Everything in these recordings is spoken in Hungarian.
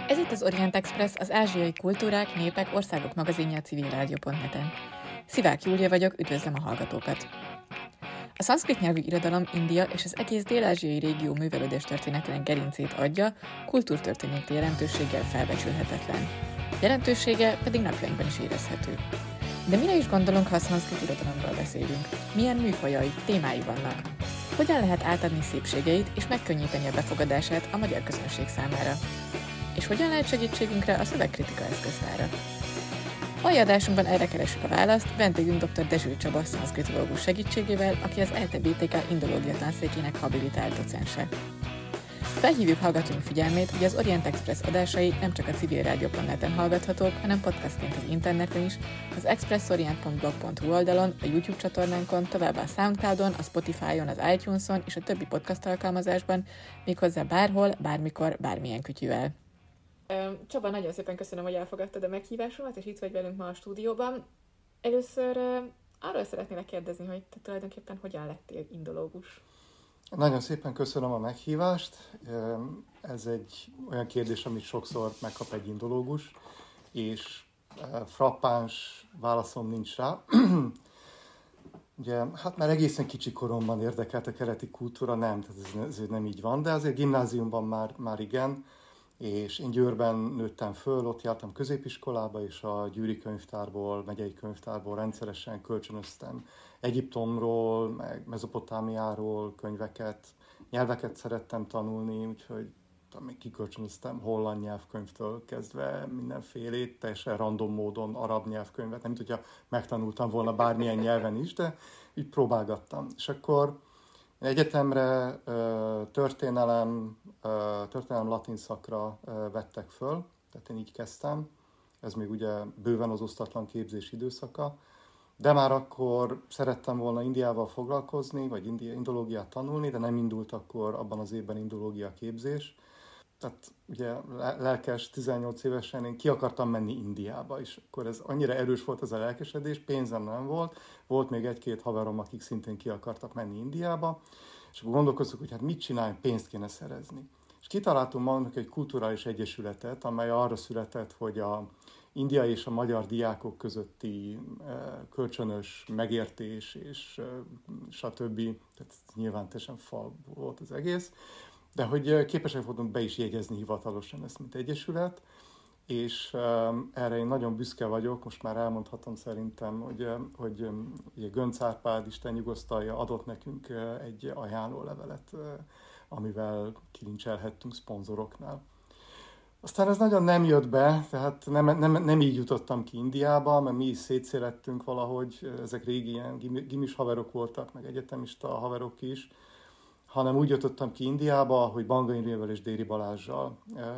Ez itt az Orient Express, az ázsiai kultúrák, népek, országok magazinja a civilrádió.net-en. Szivák Júlia vagyok, üdvözlöm a hallgatókat! A szanszkrit nyelvű irodalom India és az egész dél-ázsiai régió művelődés történetének gerincét adja, kultúrtörténeti jelentőséggel felbecsülhetetlen. Jelentősége pedig napjainkban is érezhető. De mire is gondolunk, ha a szanszkrit irodalomról beszélünk? Milyen műfajai, témái vannak? Hogyan lehet átadni szépségeit és megkönnyíteni a befogadását a magyar közönség számára? És hogyan lehet segítségünkre a szövegkritika eszköztára? Mai adásunkban erre keressük a választ vendégünk dr. Dezső Csaba szanszkritológus segítségével, aki az ELTE BTK indológia tanszékének habilitált docense. Felhívjuk hallgatóink figyelmét, hogy az Orient Express adásai nem csak a civilrádió.net-en hallgathatók, hanem podcastként az interneten is, az expressorient.blog.hu oldalon, a YouTube csatornánkon, továbbá a Soundcloudon, a Spotify-on, az iTunes-on és a többi podcast alkalmazásban, méghozzá bárhol, bármikor, bármilyen kütyűvel. Csaba, nagyon szépen köszönöm, hogy elfogadtad a meghívásomat, és itt vagy velünk ma a stúdióban. Először arról szeretnélek kérdezni, hogy te tulajdonképpen hogyan lettél indológus? Nagyon szépen köszönöm a meghívást. Ez egy olyan kérdés, amit sokszor megkap egy indológus, és frappáns válaszom nincs rá. Ugye, hát már egészen kicsi koromban érdekelt a keleti kultúra, nem, tehát ez nem így van, de azért gimnáziumban már igen, és én Győrben nőttem föl, ott jártam középiskolába, és a győri könyvtárból, megyei könyvtárból rendszeresen kölcsönöztem Egyiptomról, meg Mezopotámiáról könyveket, nyelveket szerettem tanulni, úgyhogy kikölcsönöztem holland nyelvkönyvtől kezdve mindenfélét, teljesen random módon arab nyelvkönyvet, nem mint hogyha megtanultam volna bármilyen nyelven is, de így próbálgattam. És akkor egyetemre történelem latin szakra vettek föl, tehát én így kezdtem, ez még ugye bőven az osztatlan képzés időszaka, de már akkor szerettem volna Indiával foglalkozni, vagy indológiát tanulni, de nem indult akkor abban az évben indológia képzés. Tehát ugye lelkes, 18 évesen én ki akartam menni Indiába, és akkor ez annyira erős volt ez a lelkesedés, pénzem nem volt, volt még egy-két haverom, akik szintén ki akartak menni Indiába, és akkor gondolkoztuk, hogy hát mit csináljunk, pénzt kéne szerezni. És kitaláltunk magunknak egy kulturális egyesületet, amely arra született, hogy a India és a magyar diákok közötti kölcsönös megértés és stb. Tehát nyilván teljesen fal volt az egész, de hogy képesek voltunk be is jegyezni hivatalosan ezt, mint egyesület, és erre én nagyon büszke vagyok, most már elmondhatom szerintem, hogy Göncz Árpád, Isten nyugosztalja, adott nekünk egy ajánlólevelet, amivel kilincselhettünk szponzoroknál. Aztán ez nagyon nem jött be, tehát nem így jutottam ki Indiába, mert mi is szétszélettünk valahogy, ezek régi ilyen gimis haverok voltak, meg egyetemista haverok is, hanem úgy jutottam ki Indiába, hogy Banga Imrével és Déri Balázssal.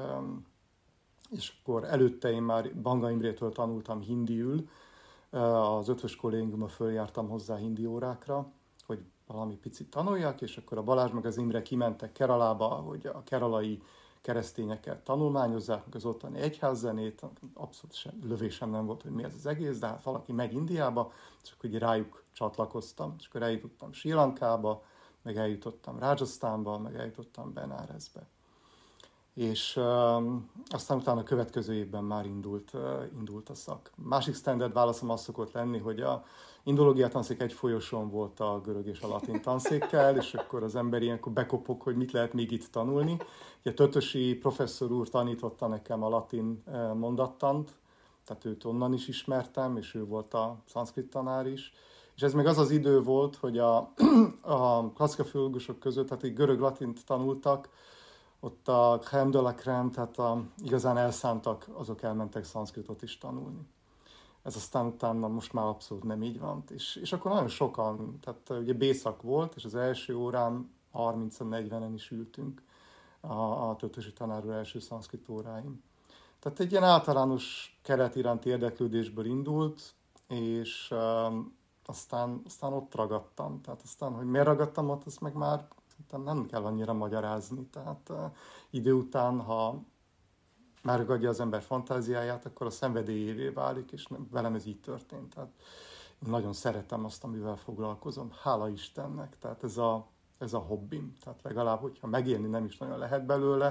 És akkor előtte én már Banga Imrétől tanultam hindiül, az ötvös kollégiumban följártam hozzá hindi órákra, hogy valami picit tanuljak, és akkor a Balázs meg az Imre kimentek Keralába, hogy a keralai keresztényeket tanulmányozzák, az ottani egyházzenét, abszolút lövésem nem volt, hogy mi ez az egész, de hát valaki megy Indiába, és akkor rájuk csatlakoztam, és akkor eljutottam Srí Lankába, meg eljutottam Rajasztánba, meg eljutottam Benáresbe. És aztán utána a következő évben már indult a szak. Másik standard válaszom az szokott lenni, hogy a indológia tanszék egy folyosón volt a görög és a latin tanszékkel, és akkor az ember ilyenkor bekopog, hogy mit lehet még itt tanulni. Ugye Tötösi professzor úr tanította nekem a latin mondattant, tehát őt onnan is ismertem, és ő volt a szanszkrit tanár is. És ez még az az idő volt, hogy a klasszika filológusok között, tehát egy görög-latint tanultak, ott a crème de la crème, tehát igazán elszántak, azok elmentek szanszkritot is tanulni. Ez aztán utána most már abszolút nem így van. És akkor nagyon sokan, tehát ugye B-szak volt, és az első órán 30-40-en is ültünk a Tötösi tanár úr első szanszkrit óráim. Tehát egy ilyen általános kelet iránti érdeklődésből indult, és aztán ott ragadtam. Tehát aztán, hogy miért ragadtam ott, azt meg már nem kell annyira magyarázni. Tehát idő után, ha megragadja az ember fantáziáját, akkor a szenvedélyévé válik, és velem ez így történt. Tehát én nagyon szeretem azt, amivel foglalkozom. Hála Istennek. Tehát ez a hobbim. Tehát legalább, hogyha megélni nem is nagyon lehet belőle,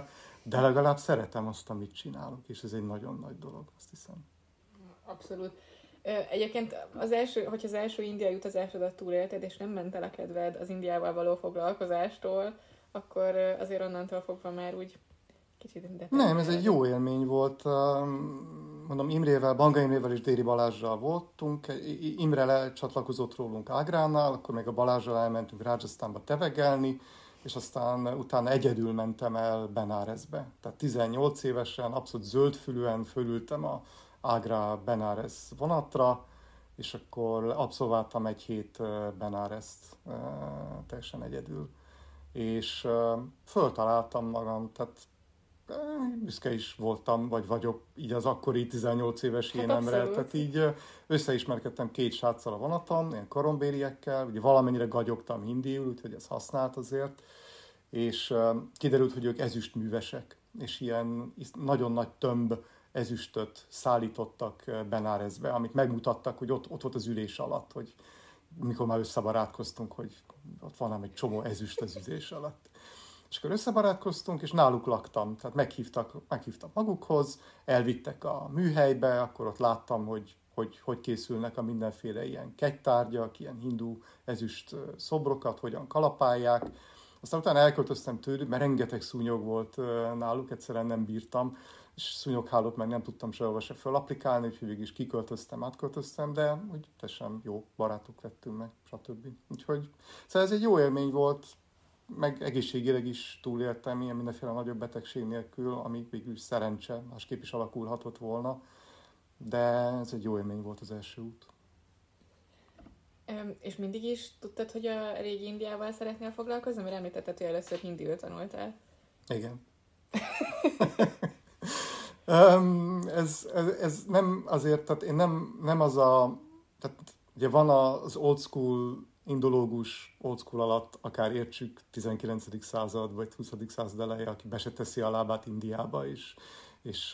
de legalább szeretem azt, amit csinálok, és ez egy nagyon nagy dolog, azt hiszem. Abszolút. Egyébként hogyha az első indiai utazásodat túlélted, és nem ment el a kedved az Indiával való foglalkozástól, akkor azért onnantól fogva már úgy kicsit... Nem, ez egy jó élmény volt. Mondom, Imrével, Banga Imrével és Déri Balázsral voltunk. Imre lecsatlakozott rólunk Ágránál, akkor még a Balázsral elmentünk Rajasztánba tevegelni, és aztán utána egyedül mentem el Benaresbe. Tehát 18 évesen, abszolút zöldfülűen fölültem a Ágra Benares vonatra, és akkor abszolváltam egy hét Benarest teljesen egyedül. És föltaláltam magam, tehát büszke is voltam, vagy vagyok így az akkori 18 éves énemre. Tehát így összeismerkedtem két sráccal a vonaton, ilyen korombériekkel, ugye valamennyire gagyogtam hindiul, úgyhogy ez használt azért, és kiderült, hogy ők ezüstművesek, és ilyen nagyon nagy tömb ezüstöt szállítottak Benaresbe, amit megmutattak, hogy ott volt az ülés alatt, hogy mikor már összebarátkoztunk, hogy ott van ám egy csomó ezüst az ülés alatt. És akkor összebarátkoztunk, és náluk laktam, tehát meghívtak magukhoz, elvittek a műhelybe, akkor ott láttam, hogy készülnek a mindenféle ilyen kegytárgyak, ilyen hindu ezüst szobrokat, hogyan kalapálják. Aztán utána elköltöztem tőlük, mert rengeteg szúnyog volt náluk, egyszerűen nem bírtam, és szúnyoghálót meg nem tudtam sehova se fölapplikálni, úgyhogy végig is átköltöztem, de úgy teljesen jó barátok lettünk meg, stb. Úgyhogy szóval ez egy jó élmény volt, meg egészségileg is túléltem ilyen mindenféle nagyobb betegség nélkül, ami végül is szerencse, másképp is alakulhatott volna, de ez egy jó élmény volt az első út. És mindig is tudtad, hogy a régi Indiával szeretnél foglalkozni? Mert említetted, hogy először hindiül tanultál. Igen. ez nem azért, tehát én nem az tehát ugye van az old school indológus, old school alatt, akár értsük 19. század vagy 20. század eleje, aki be se teszi a lábát Indiába, és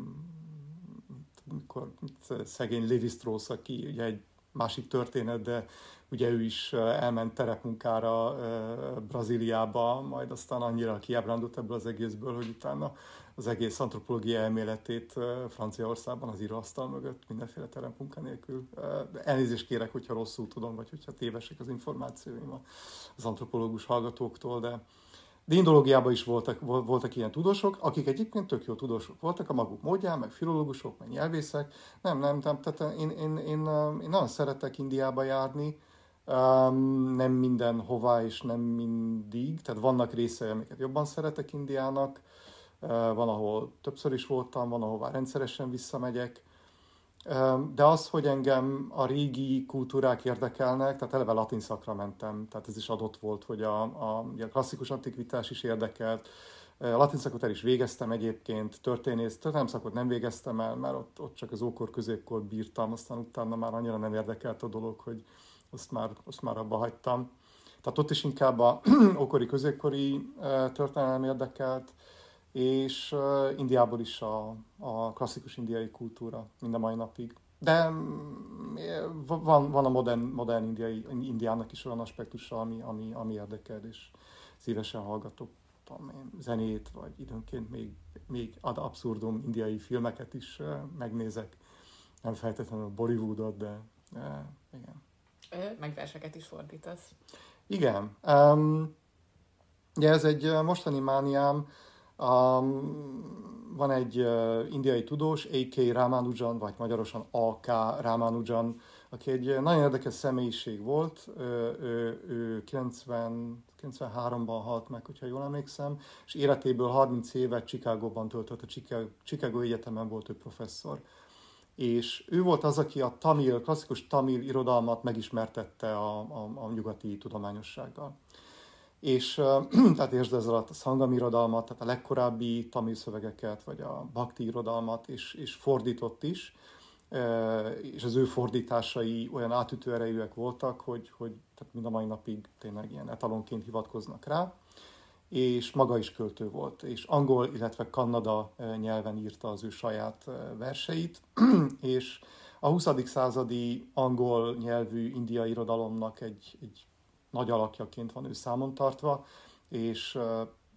mikor szegény Lévi Strauss, aki ugye egy másik történet, de ugye ő is elment terepmunkára Brazíliába, majd aztán annyira kiábrándult ebből az egészből, hogy utána az egész antropológia elméletét Franciaországban az íróasztal mögött mindenféle terepmunka nélkül. Elnézést kérek, hogyha rosszul tudom, vagy hogyha tévesek az információim az antropológus hallgatóktól, de indológiában is voltak ilyen tudósok, akik egyébként tök jó tudósok voltak a maguk módján, meg filológusok, meg nyelvészek. Nem, tehát én nagyon szeretek Indiába járni, nem mindenhová és nem mindig, tehát vannak részei, amiket jobban szeretek Indiának, van, ahol többször is voltam, van, ahová rendszeresen visszamegyek, de az, hogy engem a régi kultúrák érdekelnek, tehát eleve latin szakra mentem, tehát ez is adott volt, hogy a klasszikus antikvitás is érdekelt. A latin szakot el is végeztem egyébként, történelem szakot nem végeztem el, mert ott csak az ókor-középkor bírtam, aztán utána már annyira nem érdekelt a dolog, hogy azt már abba hagytam. Tehát ott is inkább a ókori, középkori történelem érdekelt, és Indiából is a klasszikus indiai kultúra mind a mai napig. De van a modern Indiának is olyan aspektusa, ami érdekel, és szívesen hallgatok zenét, vagy időnként még ad abszurdum indiai filmeket is megnézek. Nem feltétlenül Bollywoodot, de igen. Meg verseket is fordítasz. Igen. Ugye ez egy mostani mániám. Van egy indiai tudós, A.K. Ramanujan, vagy magyarosan A.K. Ramanujan, aki egy nagyon érdekes személyiség volt. Ő 93-ban halt meg, hogyha jól emlékszem, és életéből 30 évet Chicagóban töltött, a Chicago Egyetemen volt ő professzor. És ő volt az, aki a klasszikus tamil irodalmat megismertette a nyugati tudományossággal. És tehát értsd ez alatt a Sangam irodalmat, tehát a legkorábbi tamil szövegeket, vagy a bhakti irodalmat, és fordított is, és az ő fordításai olyan átütő erejűek voltak, hogy tehát mind a mai napig tényleg ilyen etalonként hivatkoznak rá, és maga is költő volt, és angol, illetve kannada nyelven írta az ő saját verseit, és a 20. századi angol nyelvű indiai irodalomnak egy nagy alakjaként van ő számon tartva, és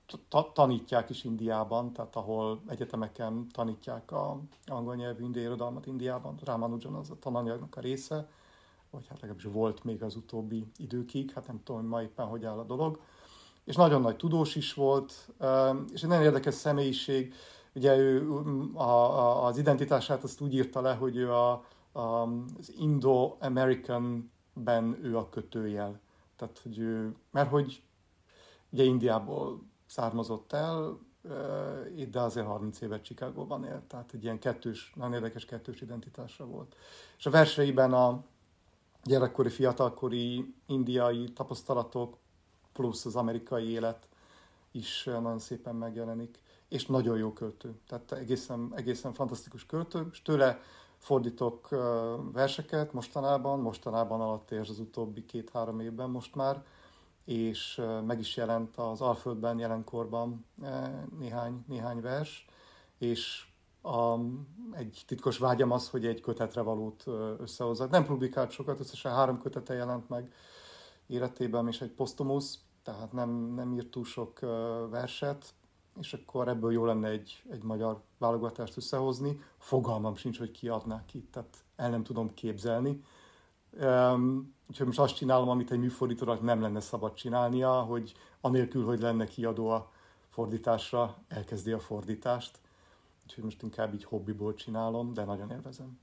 tanítják is Indiában, tehát ahol egyetemeken tanítják a angol nyelvű indiai irodalmat Indiában, Ramanujan az a tananyagnak a része, vagy hát legalábbis volt még az utóbbi időkig, hát nem tudom, hogy ma éppen hogy áll a dolog. És nagyon nagy tudós is volt, és egy nagyon érdekes személyiség. Ugye ő az identitását azt úgy írta le, hogy ő az Indo-American-ben ő a kötőjel. Tehát, hogy ő, mert hogy ugye Indiából származott el, de azért 30 évet Chicagóban élt, tehát egy ilyen nagyon érdekes kettős identitásra volt. És a verseiben a gyerekkori, fiatalkori indiai tapasztalatok plusz az amerikai élet is nagyon szépen megjelenik, és nagyon jó költő, tehát egészen fantasztikus költő, és tőle fordítok verseket mostanában alatt és az utóbbi 2-3 évben most már, és meg is jelent az Alföldben jelenkorban néhány vers, és egy titkos vágyam az, hogy egy kötetre valót összehozzak. Nem publikált sokat, összesen 3 kötete jelent meg életében, és egy posztumusz, tehát nem írt túl sok verset, és akkor ebből jó lenne egy magyar válogatást összehozni. Fogalmam sincs, hogy ki adná ki, tehát el nem tudom képzelni. Úgyhogy most azt csinálom, amit egy műfordítónak nem lenne szabad csinálnia, hogy anélkül, hogy lenne kiadó a fordításra, elkezdi a fordítást. Úgyhogy most inkább így hobbiból csinálom, de nagyon élvezem.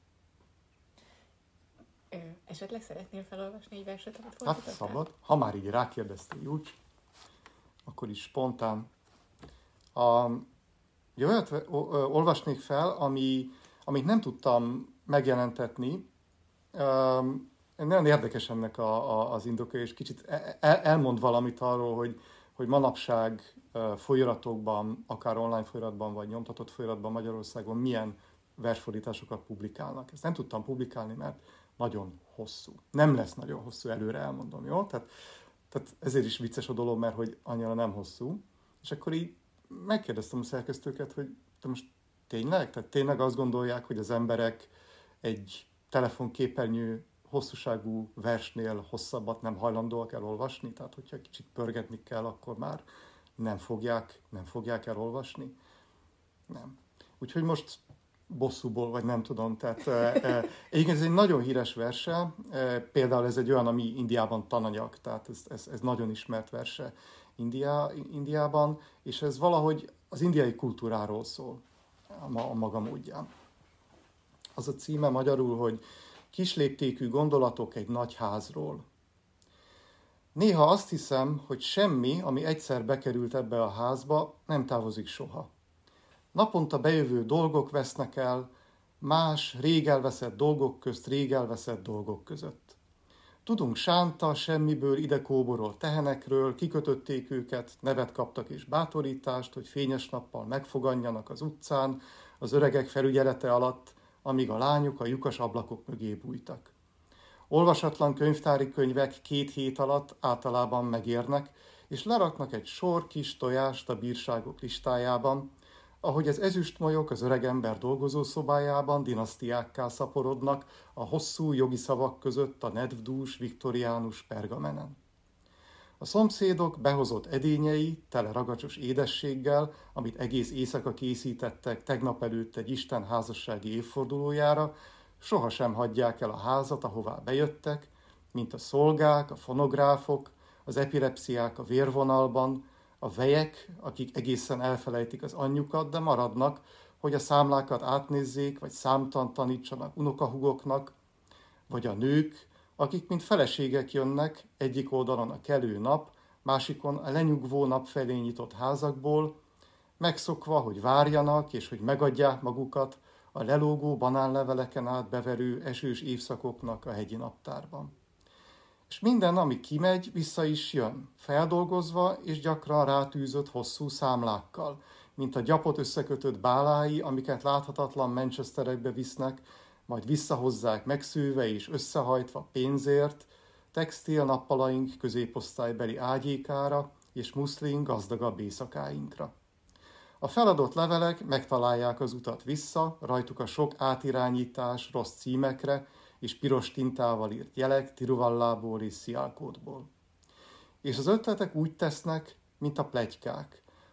Esetleg szeretnél felolvasni egy verset, amit fordítottál? Hát szabad. Ha már így rákérdeztél, úgy, akkor is spontán. Olyat olvasnék fel, amit nem tudtam megjelentetni. Nagyon érdekes ennek az indoka, és kicsit elmond valamit arról, hogy manapság folyaratokban, akár online folyaratban, vagy nyomtatott folyaratban Magyarországon milyen versfordításokat publikálnak. Ezt nem tudtam publikálni, mert nagyon hosszú. Nem lesz nagyon hosszú, előre elmondom, jó? Tehát ezért is vicces a dolog, mert hogy annyira nem hosszú. És akkor így megkérdeztem a szerkesztőket, hogy de most tényleg? Tehát tényleg azt gondolják, hogy az emberek egy telefonképernyő hosszúságú versnél hosszabbat nem hajlandóak elolvasni? Tehát hogyha kicsit pörgetni kell, akkor már nem fogják elolvasni? Nem. Úgyhogy most bosszúból, vagy nem tudom. Tehát egyébként ez egy nagyon híres verse, például ez egy olyan, ami Indiában tananyag, tehát ez nagyon ismert verse Indiában, és ez valahogy az indiai kultúráról szól a maga módján. Az a címe magyarul, hogy Kisléptékű gondolatok egy nagy házról. Néha azt hiszem, hogy semmi, ami egyszer bekerült ebbe a házba, nem távozik soha. Naponta bejövő dolgok vesznek el, más, rég elveszett dolgok közt rég elveszett dolgok között. Tudunk sánta, semmiből ide kóborol tehenekről, kikötötték őket, nevet kaptak és bátorítást, hogy fényes nappal megfoganjanak az utcán, az öregek felügyelete alatt, amíg a lányok a lyukas ablakok mögé bújtak. Olvasatlan könyvtári könyvek 2 hét alatt általában megérnek, és leraknak egy sor kis tojást a bírságok listájában, ahogy az ezüstmolyok az öregember dolgozószobájában dinasztiákká szaporodnak a hosszú jogi szavak között a nedvdús viktoriánus pergamenen. A szomszédok behozott edényei, tele ragacsos édességgel, amit egész éjszaka készítettek tegnap előtt egy Isten házassági évfordulójára, sohasem hagyják el a házat, ahová bejöttek, mint a szolgák, a fonográfok, az epirepsziák a vérvonalban, a vejek, akik egészen elfelejtik az anyjukat, de maradnak, hogy a számlákat átnézzék, vagy számtant tanítsanak unokahúgoknak, vagy a nők, akik mint feleségek jönnek, egyik oldalon a kelő nap, másikon a lenyugvó nap felé nyitott házakból, megszokva, hogy várjanak, és hogy megadják magukat a lelógó banánleveleken át beverő esős évszakoknak a hegyi naptárban. És minden, ami kimegy, vissza is jön, feldolgozva és gyakran rátűzött hosszú számlákkal, mint a gyapot összekötött bálái, amiket láthatatlan Manchesterekbe visznek, majd visszahozzák megszőve és összehajtva pénzért, textil nappalaink középosztálybeli ágyékára és muszlin gazdagabb éjszakáinkra. A feladott levelek megtalálják az utat vissza, rajtuk a sok átirányítás rossz címekre és piros tintával írt jelek Tiruvallából és Szialkótból. És az ötletek úgy tesznek, mint a pletykák.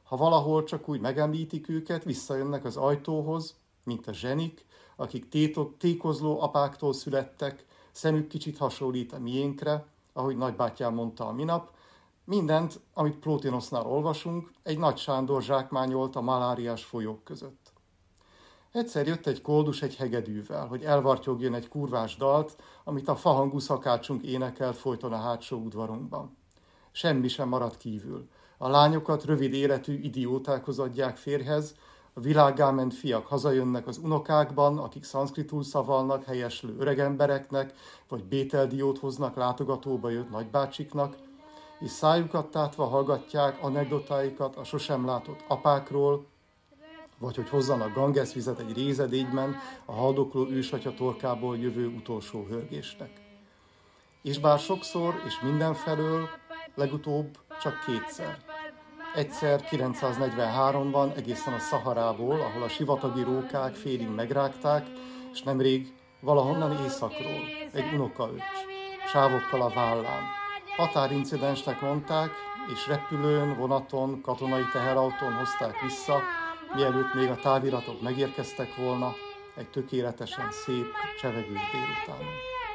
Ha valahol csak úgy megemlítik őket, visszajönnek az ajtóhoz, mint a zsenik, akik tékozló apáktól születtek, szemük kicsit hasonlít a miénkre, ahogy nagybátyám mondta a minap, mindent, amit Plótinosznál olvasunk, egy Nagy Sándor zsákmányolt a maláriás folyók között. Egyszer jött egy koldus egy hegedűvel, hogy elvartyogjon egy kurvás dalt, amit a fahangú szakácsunk énekelt folyton a hátsó udvarunkban. Semmi sem maradt kívül. A lányokat rövid életű idiótákhoz adják férjhez, a világgá ment fiak hazajönnek az unokákban, akik szanszkritul szavalnak helyeslő öregembereknek, vagy bételdiót hoznak látogatóba jött nagybácsiknak, és szájukat tátva hallgatják anekdotáikat a sosem látott apákról, vagy hogy hozzanak Ganges-vizet egy rézedégyben a haldokló ősatya torkából jövő utolsó hörgésnek. És bár sokszor és mindenfelől, legutóbb csak kétszer. Egyszer 943-ban egészen a Szaharából, ahol a sivatagi rókák félig megrágták, és nemrég valahonnan északról, egy unokaöcs, sávokkal a vállán. Határincidensnek mondták, és repülőn, vonaton, katonai teherautón hozták vissza, mielőtt még a táviratok megérkeztek volna egy tökéletesen szép, csevegős délutánon.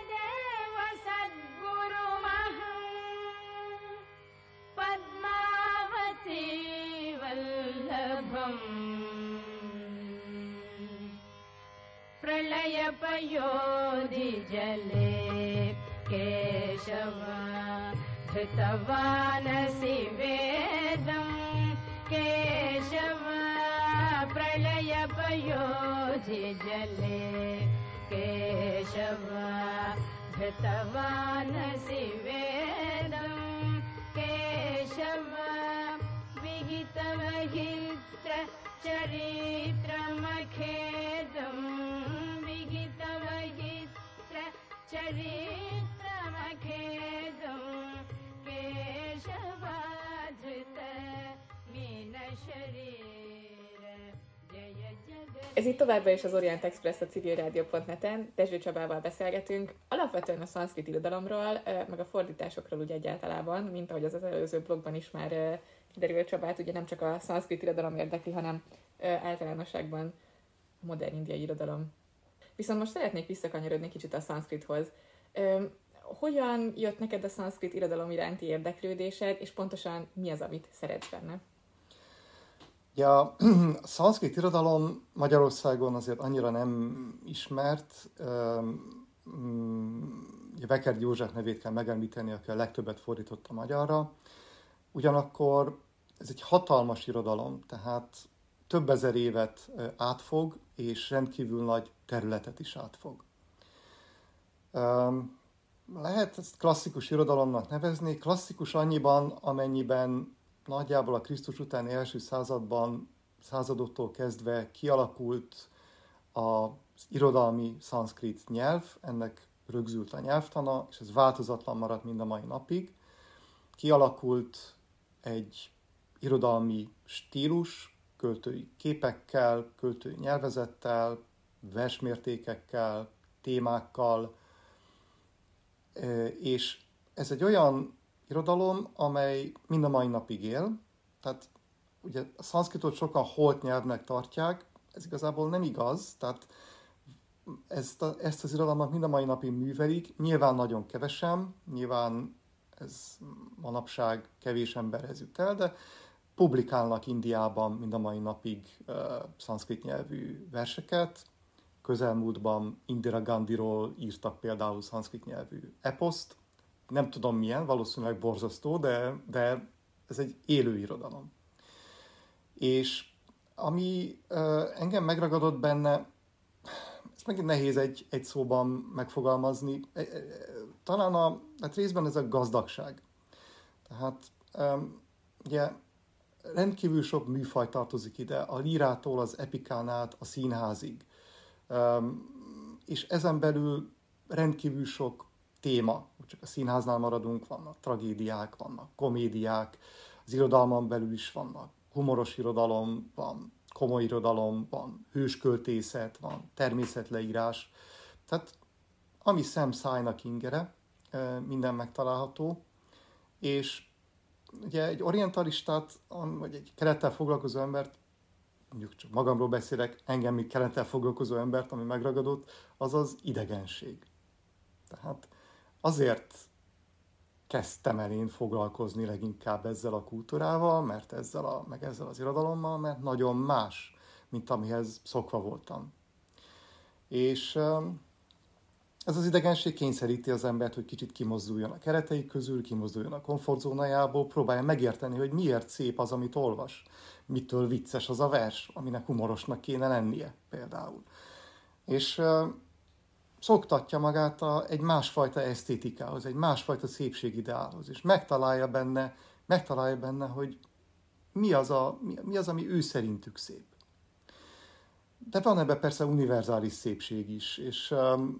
Ez itt továbbra is az Orient Express a civilradio.net-en, Dezső Csabával beszélgetünk, alapvetően a szanszkrit irodalomról, meg a fordításokról úgy egyáltalában, mint ahogy az előző blogban is már kiderült, Csabát ugye nem csak a szanszkrit irodalom érdekli, hanem általánosságban a modern indiai irodalom. Viszont most szeretnék visszakanyarodni kicsit a szanszkrithoz. Hogyan jött neked a szanszkrit irodalom iránti érdeklődésed, és pontosan mi az, amit szeretsz benne? Ja, a szanszkrit irodalom Magyarországon azért annyira nem ismert. Vekerdi József nevét kell megemlíteni, aki a legtöbbet fordított a magyarra. Ugyanakkor ez egy hatalmas irodalom, tehát több ezer évet átfog, és rendkívül nagy területet is átfog. Lehet ezt klasszikus irodalomnak nevezni, klasszikus annyiban, amennyiben nagyjából a Krisztus utáni első századoktól kezdve kialakult az irodalmi szanszkrit nyelv, ennek rögzült a nyelvtana, és ez változatlan maradt mind a mai napig. Kialakult egy irodalmi stílus, költői képekkel, költői nyelvezettel, versmértékekkel, témákkal, és ez egy olyan irodalom, amely mind a mai napig él. Tehát ugye a szanszkritot sokan holt nyelvnek tartják, ez igazából nem igaz, tehát ezt az irodalmat mind a mai napig művelik, nyilván nagyon kevesen, nyilván ez manapság kevés emberhez jut el, de publikálnak Indiában mind a mai napig szanszkrit nyelvű verseket. Közelmúltban Indira Gandhiról írtak például szanszkrit nyelvű eposzt. Nem tudom milyen, valószínűleg borzasztó, de ez egy élő irodalom. És ami engem megragadott benne, ezt megint nehéz egy szóban megfogalmazni, talán hát részben ez a gazdagság. Tehát ugye rendkívül sok műfaj tartozik ide, a lírától az epikán át a színházig. És ezen belül rendkívül sok téma, csak a színháznál maradunk, vannak tragédiák, vannak komédiák, az irodalmon belül is vannak humoros irodalom, van komoly irodalom, van hősköltészet, van természetleírás. Tehát ami szem szájnak ingere, minden megtalálható, és ugye egy orientalistát, vagy egy kelettel foglalkozó embert, mondjuk csak magamról beszélek, engem, mint kelettel foglalkozó embert, ami megragadott, az az idegenség. Tehát azért kezdtem el én foglalkozni leginkább ezzel a kultúrával, meg ezzel az irodalommal, mert nagyon más, mint amihez szokva voltam. És ez az idegenség kényszeríti az embert, hogy kicsit kimozduljon a keretei közül, kimozduljon a komfortzónájából, próbálja megérteni, hogy miért szép az, amit olvas. Mitől vicces az a vers, aminek humorosnak kéne lennie például. És szoktatja magát egy másfajta esztétikához, egy másfajta szépségideálhoz, és megtalálja benne, hogy mi az, ami ő szerintük szép. De van ebben persze univerzális szépség is, és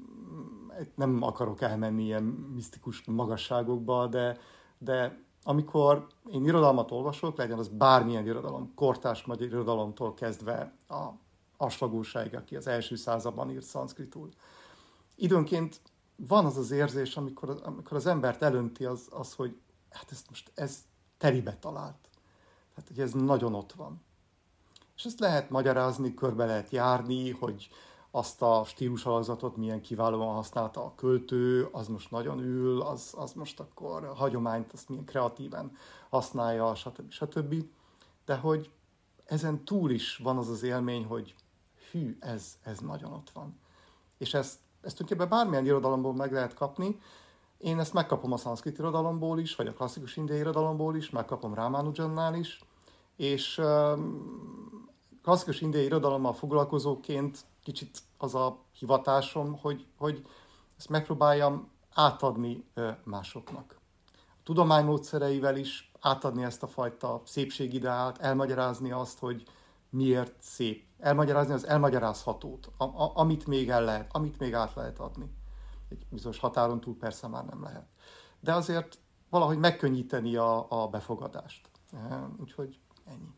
nem akarok elmenni ilyen misztikus magasságokba, de amikor én irodalmat olvasok, legyen az bármilyen irodalom, kortárs magyar irodalomtól kezdve a Asvagósáig, aki az első században írt szanszkritul, időnként van az az érzés, amikor az embert elönti az, hogy hát ez telibe talált. Tehát, hogy ez nagyon ott van. És ezt lehet magyarázni, körbe lehet járni, hogy azt a stílusalazatot milyen kiválóan használta a költő, az most nagyon ül, az most akkor a hagyományt azt milyen kreatíven használja, stb. De hogy ezen túl is van az az élmény, hogy hű, ez nagyon ott van. És ezt tulajdonképpen bármilyen irodalomból meg lehet kapni. Én ezt megkapom a szanszkrit irodalomból is, vagy a klasszikus indiai irodalomból is, megkapom Rámánujannál is, és klasszikus indiai irodalommal foglalkozóként kicsit az a hivatásom, hogy ezt megpróbáljam átadni másoknak. A tudomány módszereivel is átadni ezt a fajta szépségideált, elmagyarázni azt, hogy miért szép. Elmagyarázni az elmagyarázhatót, amit még el lehet, amit még át lehet adni. Egy bizonyos határon túl persze már nem lehet. De azért valahogy megkönnyíteni a befogadást. Úgyhogy ennyi.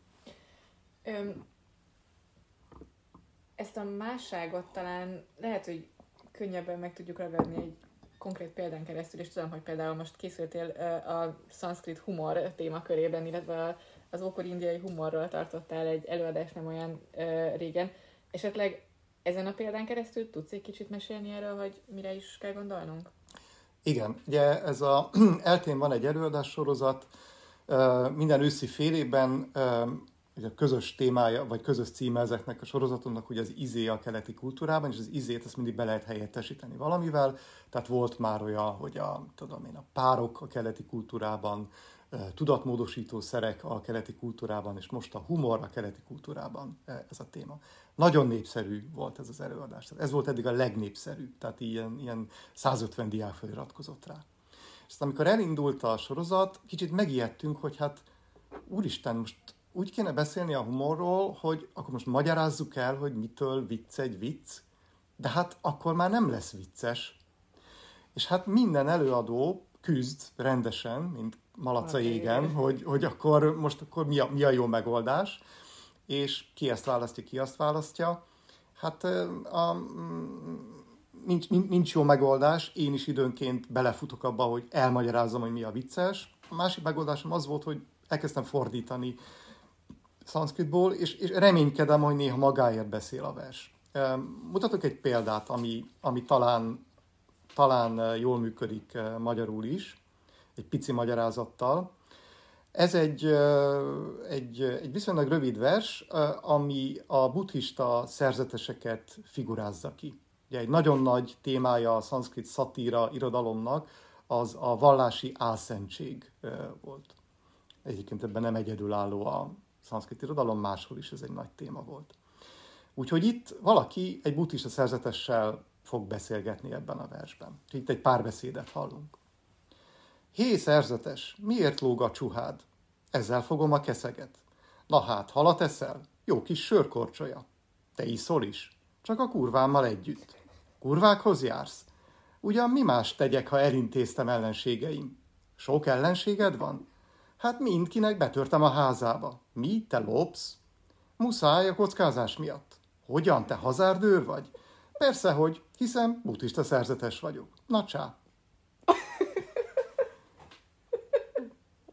Ezt a másságot talán lehet, hogy könnyebben meg tudjuk ragadni egy konkrét példán keresztül, és tudom, hogy például most készültél a szanszkrit humor témakörében, illetve az ókori indiai humorról tartottál egy előadást nem olyan régen. Esetleg ezen a példán keresztül tudsz egy kicsit mesélni erről, hogy mire is kell gondolnunk? Igen, ugye ez a ELTE-n van egy előadássorozat, minden őszi fél évben a közös témája, vagy közös címe ezeknek a sorozatoknak, ugye az izé a keleti kultúrában, és az izét azt mindig be lehet helyettesíteni valamivel. Tehát volt már olyan, hogy a párok a keleti kultúrában, tudatmódosító szerek a keleti kultúrában, és most a humor a keleti kultúrában ez a téma. Nagyon népszerű volt ez az előadás. Tehát ez volt eddig a legnépszerűbb, tehát ilyen 150 diák feliratkozott rá. És amikor elindult a sorozat, kicsit megijedtünk, hogy hát úristen, most úgy kéne beszélni a humorról, hogy akkor most magyarázzuk el, hogy mitől vicc egy vicc, de hát akkor már nem lesz vicces. És hát minden előadó küzd rendesen, mint malaca égen, hogy akkor mi a jó megoldás, és ki ezt választja, ki azt választja. Hát nincs jó megoldás, én is időnként belefutok abba, hogy elmagyarázzam, hogy mi a vicces. A másik megoldásom az volt, hogy elkezdtem fordítani szanszkritból, és reménykedem, hogy néha magáért beszél a vers. Mutatok egy példát, ami talán jól működik magyarul is, egy pici magyarázattal. Ez egy viszonylag rövid vers, ami a buddhista szerzeteseket figurázza ki. Ugye egy nagyon nagy témája a szanszkrit szatíra irodalomnak az a vallási álszentség volt. Egyébként ebben nem egyedülálló a szanszkrit irodalom, máshol is ez egy nagy téma volt. Úgyhogy itt valaki egy buddhista szerzetessel fog beszélgetni ebben a versben. Itt egy párbeszédet hallunk. Hé, szerzetes, miért lóg a csuhád? Ezzel fogom a keszeget. Na hát, halat eszel? Jó kis sörkorcsolya. Te iszol is? Csak a kurvámmal együtt. Kurvákhoz jársz? Ugyan mi más tegyek, ha elintéztem ellenségeim? Sok ellenséged van? Hát mindkinek betörtem a házába. Mi? Te lopsz? Muszáj a kockázás miatt. Hogyan, te hazárdőr vagy? Persze, hogy, hiszen buddhista szerzetes vagyok. Na csá.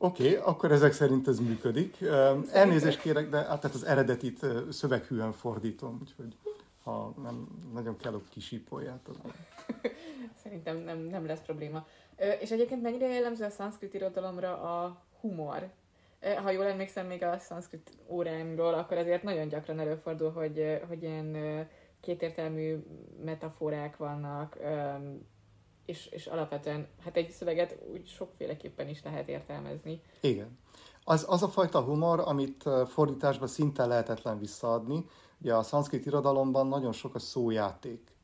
Oké, akkor ezek szerint ez működik. Elnézést kérek, de tehát az eredetit szöveghűen fordítom, úgyhogy ha nem nagyon kell, hogy kisípoljátok. Szerintem nem lesz probléma. És egyébként mennyire jellemző a szanszkrit irodalomra a humor? Ha jól emlékszem még a szanszkrit óráimról, akkor azért nagyon gyakran előfordul, hogy ilyen kétértelmű metaforák vannak, és alapvetően hát egy szöveget úgy sokféleképpen is lehet értelmezni. Igen. Az a fajta humor, amit fordításban szinte lehetetlen visszaadni. Ugye a szanszkrit irodalomban nagyon sok a szójáték.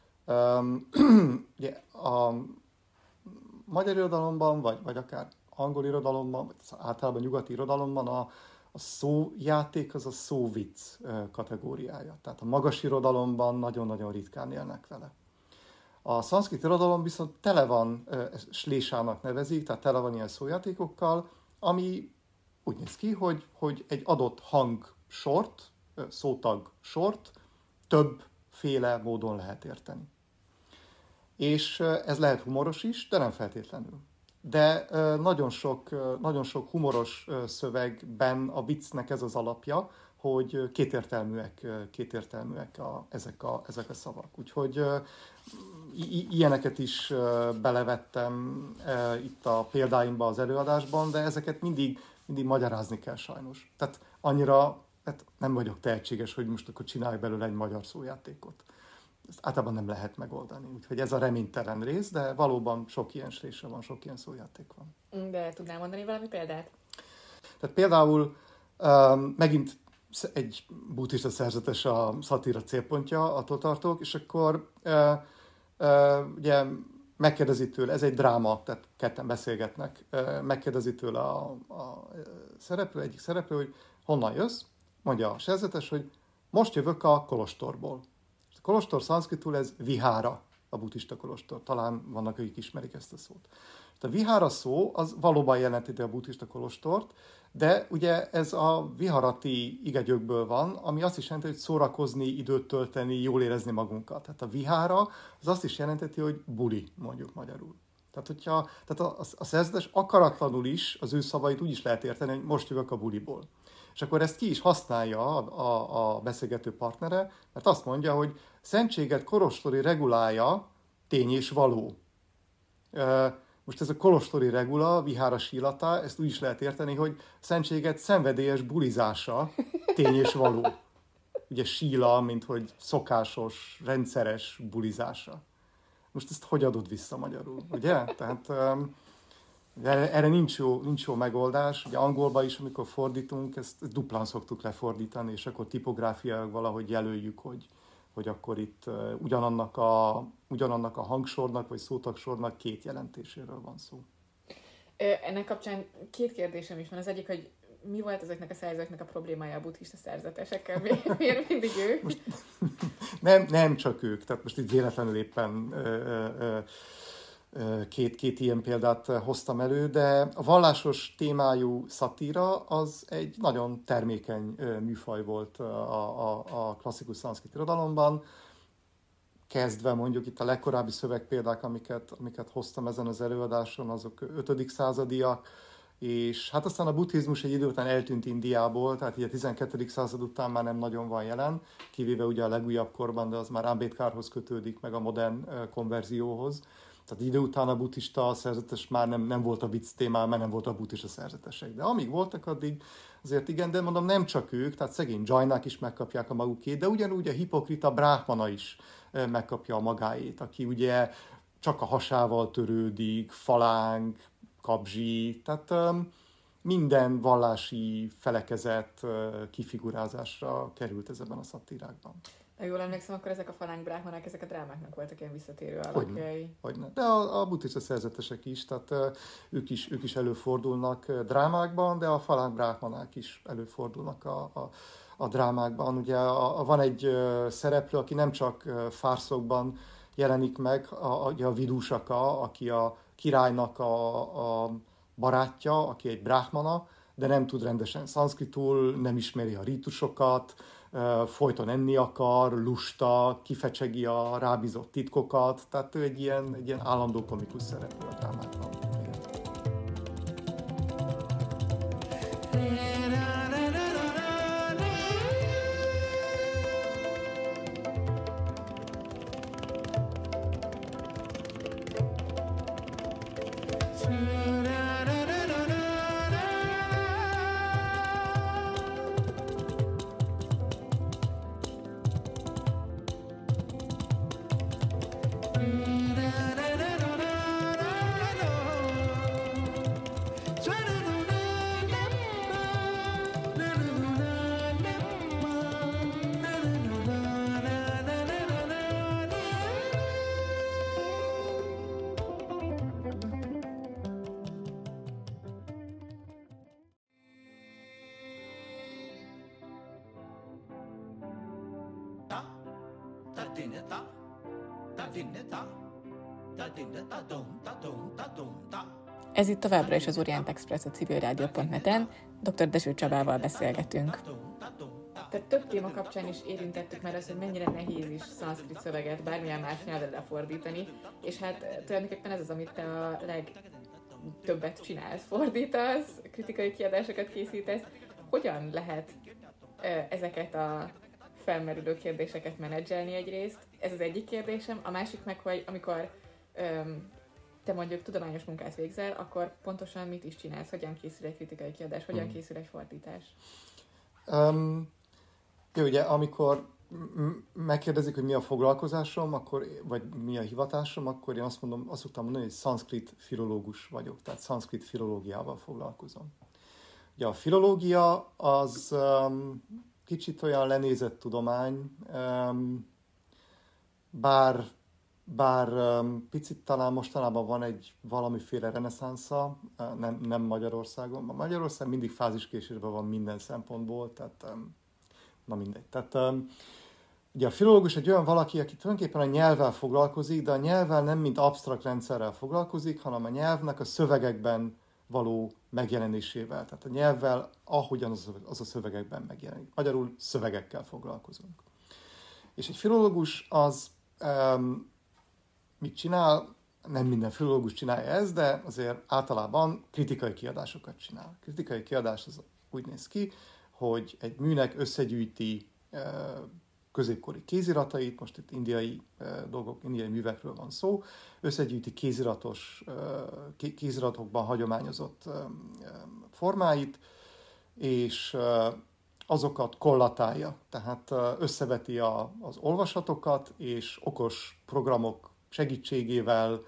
Ugye a magyar irodalomban, vagy akár angol irodalomban, vagy általában nyugati irodalomban a szójáték az a szóvicc kategóriája. Tehát a magas irodalomban nagyon-nagyon ritkán élnek vele. A szanszkrit irodalom viszont tele van, slésának nevezik, tehát tele van ilyen szójátékokkal, ami úgy néz ki, hogy egy adott hangsort, szótag sort többféle módon lehet érteni. És ez lehet humoros is, de nem feltétlenül. De nagyon sok humoros szövegben a viccnek ez az alapja, hogy kétértelműek ezek a szavak. Úgyhogy ilyeneket is belevettem itt a példáimba az előadásban, de ezeket mindig magyarázni kell sajnos. Tehát annyira nem vagyok tehetséges, hogy most akkor csinálj belőle egy magyar szójátékot. Ezt általában nem lehet megoldani. Úgyhogy ez a reménytelen rész, de valóban sok ilyen slése van, sok ilyen szójáték van. De tudnál mondani valami példát? Tehát például megint egy buddhista szerzetes a szatíra célpontja, attól tartok, és akkor ugye megkérdezi tőle, ez egy dráma, tehát ketten beszélgetnek, megkérdezi tőle a szereplő, egyik szereplő, hogy honnan jössz, mondja a szerzetes, hogy most jövök a kolostorból. A kolostor szanszkritul ez vihára, a buddhista kolostor. Talán vannak, akik ismerik ezt a szót. A vihára szó az valóban jelenti a buddhista kolostort, de ugye ez a viharati igegyökből van, ami azt is jelenti, hogy szórakozni, időt tölteni, jól érezni magunkat. Tehát a vihára az azt is jelenteti, hogy buli, mondjuk magyarul. Tehát a szerzetes akaratlanul is az ő szavait úgy is lehet érteni, hogy most jövök a buliból. És akkor ezt ki is használja a beszélgető partnere, mert azt mondja, hogy szentséget kolostori regulája tény és való. Most ez a kolostori regula, vihára sílata, ezt úgy is lehet érteni, hogy szentséget szenvedélyes bulizása tény és való. Ugye síla, mint hogy szokásos, rendszeres bulizása. Most ezt hogy adod vissza magyarul, ugye? Tehát erre nincs jó megoldás. Ugye angolban is, amikor fordítunk, ezt duplán szoktuk lefordítani, és akkor tipográfiailag valahogy jelöljük, hogy akkor itt ugyanannak a hangsornak, vagy szótagsornak két jelentéséről van szó. Ennek kapcsán két kérdésem is van. Az egyik, hogy mi volt ezeknek a szerzőknek a problémája a buddhista szerzetesekkel? Miért mindig ők? Most, nem csak ők. Tehát most itt véletlenül éppen két ilyen példát hoztam elő, de a vallásos témájú szatíra az egy nagyon termékeny műfaj volt a klasszikus szanszkrit irodalomban, kezdve mondjuk itt a legkorábbi szövegpéldák, amiket hoztam ezen az előadáson, azok 5. századiak, és hát aztán a buddhizmus egy idő után eltűnt Indiából, tehát így a 12. század után már nem nagyon van jelen, kivéve ugye a legújabb korban, de az már Ambedkarhoz kötődik, meg a modern konverzióhoz. Tehát idő után a buddhista szerzetes már nem volt a vicc témá, mert nem volt a buddhista szerzetesek. De amíg voltak, addig azért igen, de mondom, nem csak ők, tehát szegény dzsajnák is megkapják a magukét, de ugyanúgy a hipokrita bráhmana is megkapja a magáét, aki ugye csak a hasával törődik, falánk, kabzsi, tehát minden vallási felekezet kifigurázásra került ezekben a szatírákban. Ha jól emlékszem, akkor ezek a falánk bráhmanák, ezek a drámáknak voltak ilyen visszatérő alakjai. Hogyne. De a buddhista szerzetesek is, tehát ők is előfordulnak drámákban, de a falánk bráhmanák is előfordulnak a drámákban. Ugye van egy szereplő, aki nem csak farszokban jelenik meg, a vidúsaka, aki a királynak a barátja, aki egy bráhmana, de nem tud rendesen szanszkritul, nem ismeri a rítusokat, folyton enni akar, lusta, kifecsegi a rábízott titkokat, tehát ő egy ilyen állandó komikus szereplő a drámákban. Ez itt továbbra is az Orient Express a civilrádió.net-en, dr. Dezső Csabával beszélgetünk. Tehát több téma kapcsán is érintettük már azt, hogy mennyire nehéz is szanszkrit szöveget bármilyen más nyelvre lefordítani, és hát tulajdonképpen ez az, amit te a legtöbbet csinálsz, fordítasz, kritikai kiadásokat készítesz. Hogyan lehet ezeket a felmerülő kérdéseket menedzselni egyrészt? Ez az egyik kérdésem. A másik meg, hogy amikor te mondjuk tudományos munkát végzel, akkor pontosan mit is csinálsz? Hogyan készül egy kritikai kiadás? Hogyan készül egy fordítás? Jó, ugye, amikor megkérdezik, hogy mi a foglalkozásom, akkor, vagy mi a hivatásom, akkor én azt szoktam mondani, hogy szanszkrit filológus vagyok, tehát szanszkrit filológiával foglalkozom. Ugye a filológia az kicsit olyan lenézett tudomány, bár picit talán mostanában van egy valamiféle reneszánsza, nem Magyarországon. Magyarország mindig fáziskésésben van minden szempontból, tehát na mindegy. Tehát ugye a filológus egy olyan valaki, aki tulajdonképpen a nyelvvel foglalkozik, de a nyelvvel nem mint absztrakt rendszerrel foglalkozik, hanem a nyelvnek a szövegekben való megjelenésével. Tehát a nyelvvel, ahogyan az a szövegekben megjelenik. Magyarul szövegekkel foglalkozunk. És egy filológus az mit csinál? Nem minden filológus csinálja ezt, de azért általában kritikai kiadásokat csinál. Kritikai kiadás az úgy néz ki, hogy egy műnek összegyűjti középkori kéziratait, most itt indiai művekről van szó, összegyűjti kéziratokban hagyományozott formáit, és azokat kollatálja, tehát összeveti az olvasatokat, és okos programok segítségével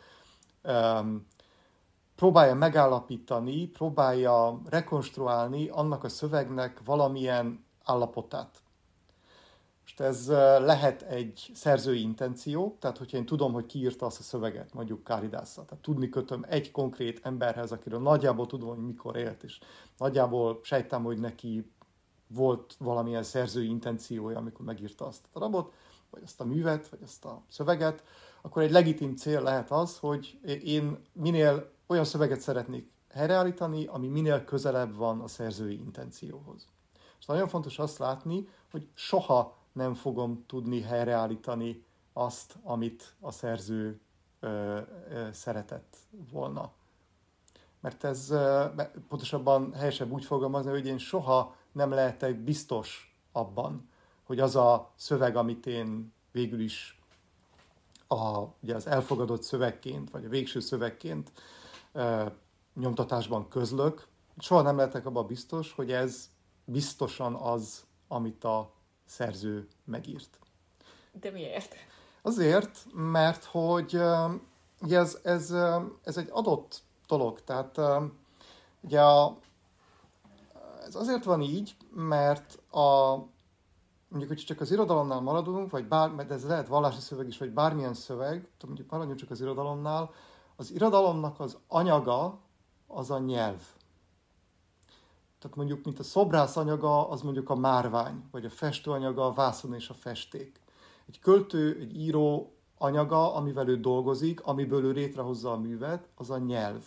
próbálja megállapítani, próbálja rekonstruálni annak a szövegnek valamilyen állapotát. Most ez lehet egy szerzői intenció, tehát hogyha én tudom, hogy ki írta azt a szöveget, mondjuk Kálidásszal, tehát tudni kötöm egy konkrét emberhez, akiről nagyjából tudom, hogy mikor élt, és nagyjából sejtem, hogy neki volt valamilyen szerzői intenciója, amikor megírta azt a darabot, vagy azt a művet, vagy azt a szöveget, akkor egy legitim cél lehet az, hogy én minél olyan szöveget szeretnék helyreállítani, ami minél közelebb van a szerzői intencióhoz. És nagyon fontos azt látni, hogy soha nem fogom tudni helyreállítani azt, amit a szerző szeretett volna. Mert ez pontosabban helyesebb úgy fogalmazni, hogy én soha nem lehetek biztos abban, hogy az a szöveg, amit én végül is ugye az elfogadott szövegként, vagy a végső szövegként nyomtatásban közlök, soha nem lehetek abban biztos, hogy ez biztosan az, amit a szerző megírt. De miért? Azért, mert hogy ugye ez egy adott dolog. Tehát ugye ez azért van így, mert mondjuk, hogy csak az irodalomnál maradunk, mert ez lehet vallási szöveg is, vagy bármilyen szöveg, mondjuk maradjunk csak az irodalomnál, az irodalomnak az anyaga az a nyelv. Tehát mondjuk, mint a szobrász anyaga, az mondjuk a márvány, vagy a festő anyaga a vászon és a festék. Egy költő, egy író anyaga, amivel ő dolgozik, amiből ő létrehozza a művet, az a nyelv.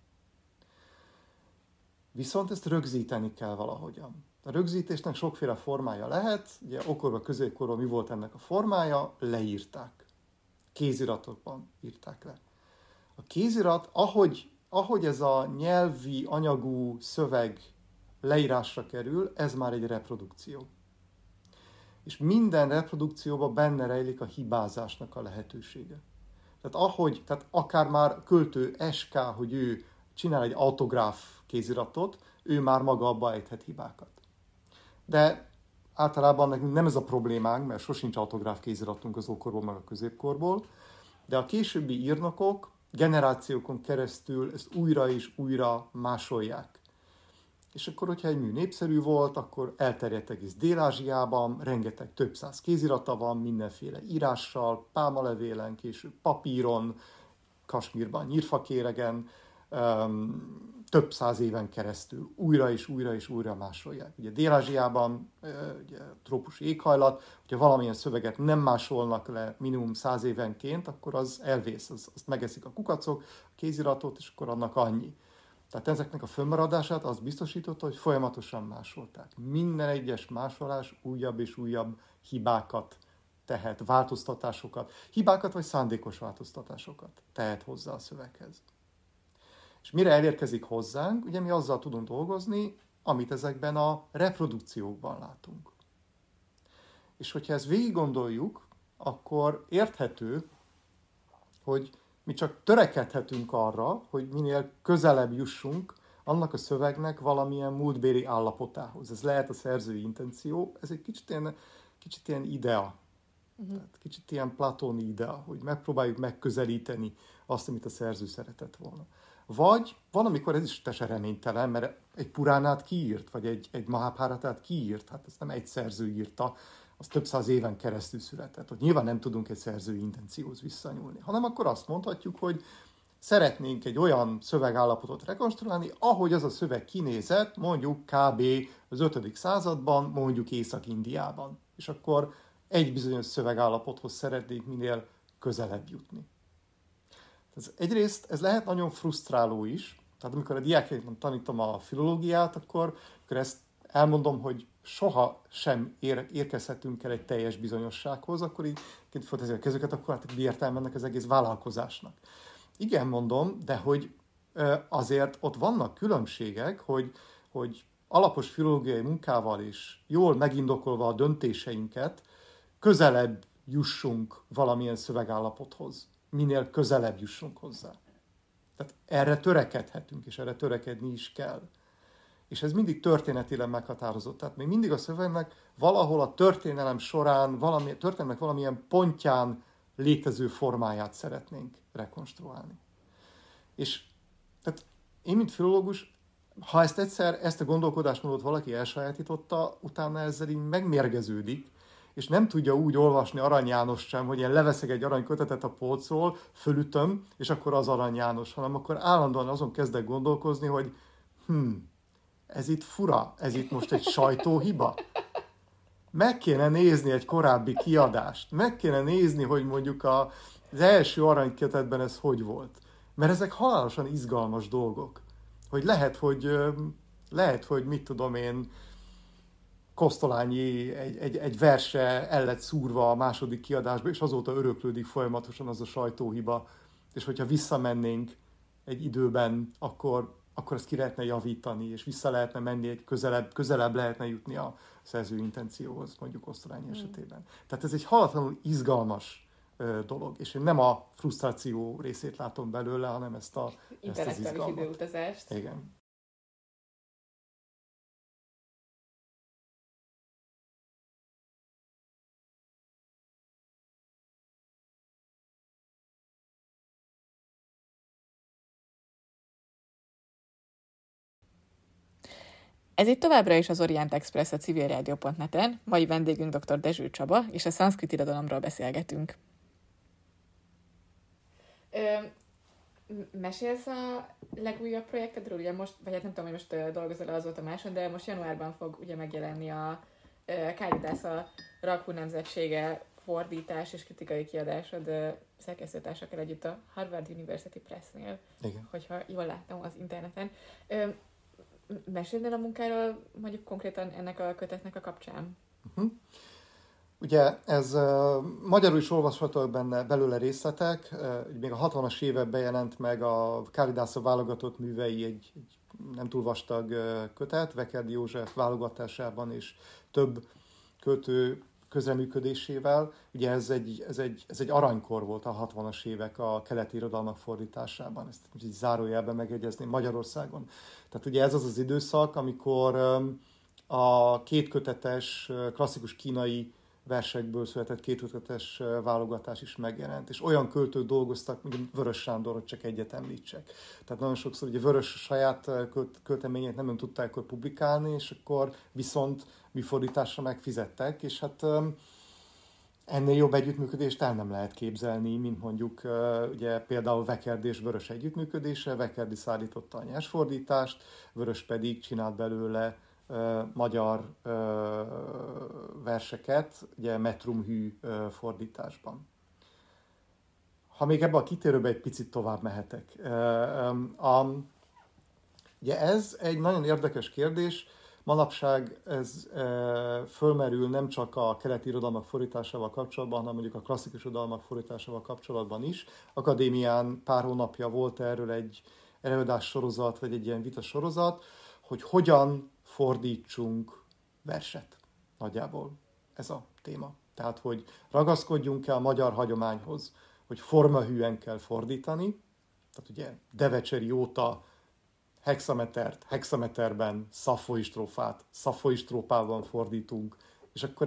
Viszont ezt rögzíteni kell valahogyan. A rögzítésnek sokféle formája lehet, ugye ókorban, középkorban mi volt ennek a formája? Leírták. Kéziratokban írták le. A kézirat, ahogy ez a nyelvi, anyagú szöveg leírásra kerül, ez már egy reprodukció. És minden reprodukcióban benne rejlik a hibázásnak a lehetősége. Tehát akár már költő SK, hogy ő csinál egy autográf kéziratot, ő már maga abba ejthet hibákat. De általában nekünk nem ez a problémánk, mert sosincs autográf kéziratunk az ókorból, meg a középkorból, de a későbbi írnokok generációkon keresztül ezt újra és újra másolják. És akkor, hogyha egy mű népszerű volt, akkor elterjedt egész Dél-Ázsiában, rengeteg több száz kézirata van, mindenféle írással, pálmalevélen, később papíron, Kasmírban, nyírfakéregen, több száz éven keresztül újra és újra és újra másolják. Ugye Dél-Ázsiában ugye, trópusi éghajlat, hogyha valamilyen szöveget nem másolnak le minimum 100 évenként, akkor az elvész, azt megeszik a kukacok, a kéziratot, és akkor annak annyi. Tehát ezeknek a fönnmaradását az biztosította, hogy folyamatosan másolták. Minden egyes másolás újabb és újabb hibákat tehet, változtatásokat, hibákat vagy szándékos változtatásokat tehet hozzá a szöveghez. És mire elérkezik hozzánk, ugye mi azzal tudunk dolgozni, amit ezekben a reprodukciókban látunk. És hogyha ezt végig gondoljuk, akkor érthető, hogy mi csak törekedhetünk arra, hogy minél közelebb jussunk annak a szövegnek valamilyen múltbéli állapotához. Ez lehet a szerzői intenció, ez egy kicsit ilyen idea. Tehát kicsit ilyen platóni idea, hogy megpróbáljuk megközelíteni azt, amit a szerző szeretett volna. Vagy van, amikor ez is teljesen reménytelen, mert egy Puránát kiírt, vagy egy Mahabháratát kiírt, hát ezt nem egy szerző írta, az több száz éven keresztül született. Hogy nyilván nem tudunk egy szerzői intencióhoz visszanyúlni, hanem akkor azt mondhatjuk, hogy szeretnénk egy olyan szövegállapotot rekonstruálni, ahogy az a szöveg kinézett, mondjuk kb. Az 5. században, mondjuk Észak-Indiában. És akkor egy bizonyos szövegállapothoz szeretnénk minél közelebb jutni. Egyrészt ez lehet nagyon frusztráló is, tehát amikor a diákjaiknak tanítom a filológiát, akkor ezt elmondom, hogy soha sem érkezhetünk el egy teljes bizonyossághoz, akkor így fölteszi a kezüket, akkor hát mi értelme ennek az egész vállalkozásnak. Igen, mondom, de hogy azért ott vannak különbségek, hogy alapos filológiai munkával is jól megindokolva a döntéseinket, közelebb jussunk valamilyen szövegállapothoz. Minél közelebb jussunk hozzá. Tehát erre törekedhetünk, és erre törekedni is kell. És ez mindig történetileg meghatározott. Tehát még mindig a szövegnek valahol a történelem során, történelmek valamilyen pontján létező formáját szeretnénk rekonstruálni. És tehát én, mint filológus, ha ezt a gondolkodásmódot valaki elsajátította, utána ezzel így megmérgeződik, és nem tudja úgy olvasni Arany Jánost sem, hogy én leveszek egy aranykötetet a polcról, fölütöm, és akkor az Arany János, hanem akkor állandóan azon kezdek gondolkozni, hogy ez itt fura, ez itt most egy sajtóhiba. Meg kéne nézni egy korábbi kiadást, meg kéne nézni, hogy mondjuk az első aranykötetben ez hogy volt. Mert ezek halálosan izgalmas dolgok. Hogy lehet, hogy mit tudom én, Kosztolányi egy verse el lett szúrva a második kiadásba, és azóta öröklődik folyamatosan az a sajtóhiba. És hogyha visszamennénk egy időben, akkor ezt ki lehetne javítani, és vissza lehetne menni, egy közelebb lehetne jutni a szerző intencióhoz, mondjuk Kosztolányi esetében. Tehát ez egy halatlanul izgalmas dolog, és én nem a frusztráció részét látom belőle, hanem ezt az izgalmat. Időutazást. Igen. Ez itt továbbra is az Orient Express a civilrádió.net-en, mai vendégünk dr. Dezső Csaba, és a szanszkrit irodalomról beszélgetünk. Mesélsz a legújabb projektedről? Ugye most, vagy hát nem tudom, hogy most dolgozol azóta máson, de most januárban fog ugye megjelenni a Kálidász a Raghu nemzetsége fordítás és kritikai kiadásod szerkesztőtársakkal együtt a Harvard University Pressnél, hogyha jól láttam az interneten. Mesélnél a munkáról mondjuk konkrétan ennek a kötetnek a kapcsán? Ugye ez magyarul is olvashatók belőle részletek, még a 60-as években jelent meg a Kálidásza válogatott művei egy nem túl vastag kötet, Vekerdi József válogatásában, és több költő közreműködésével. Ugye ez egy aranykor volt a 60-as évek a keleti irodalmak fordításában, ezt így zárójelben megjegyezném Magyarországon. Tehát ugye ez az az időszak, amikor a kétkötetes, klasszikus kínai versekből született kétkötetes válogatás is megjelent. És olyan költők dolgoztak, mint Vörös Sándor, hogy csak egyet említsek. Tehát nagyon sokszor ugye Vörös saját költeményét nem tudták akkor publikálni, és akkor viszont műfordításra megfizettek, és hát ennél jobb együttműködést el nem lehet képzelni, mint mondjuk ugye például Vekerdi és Vörös együttműködése. Vekerdi szállította a nyersfordítást, Vörös pedig csinált belőle magyar verseket, ugye metrumhű fordításban. Ha még ebbe a kitérőbe egy picit tovább mehetek. Ugye ez egy nagyon érdekes kérdés. Manapság ez fölmerül nem csak a keleti irodalmak fordításával kapcsolatban, hanem mondjuk a klasszikus irodalmak fordításával kapcsolatban is. Akadémián pár hónapja volt erről egy előadás sorozat, vagy egy ilyen vita sorozat, hogy hogyan fordítsunk verset. Nagyjából ez a téma. Tehát, hogy ragaszkodjunk-e a magyar hagyományhoz, hogy formahűen kell fordítani. Tehát ugye Devecseri óta hexametert, hexameterben, szafói strófát, szafói strófában fordítunk. És akkor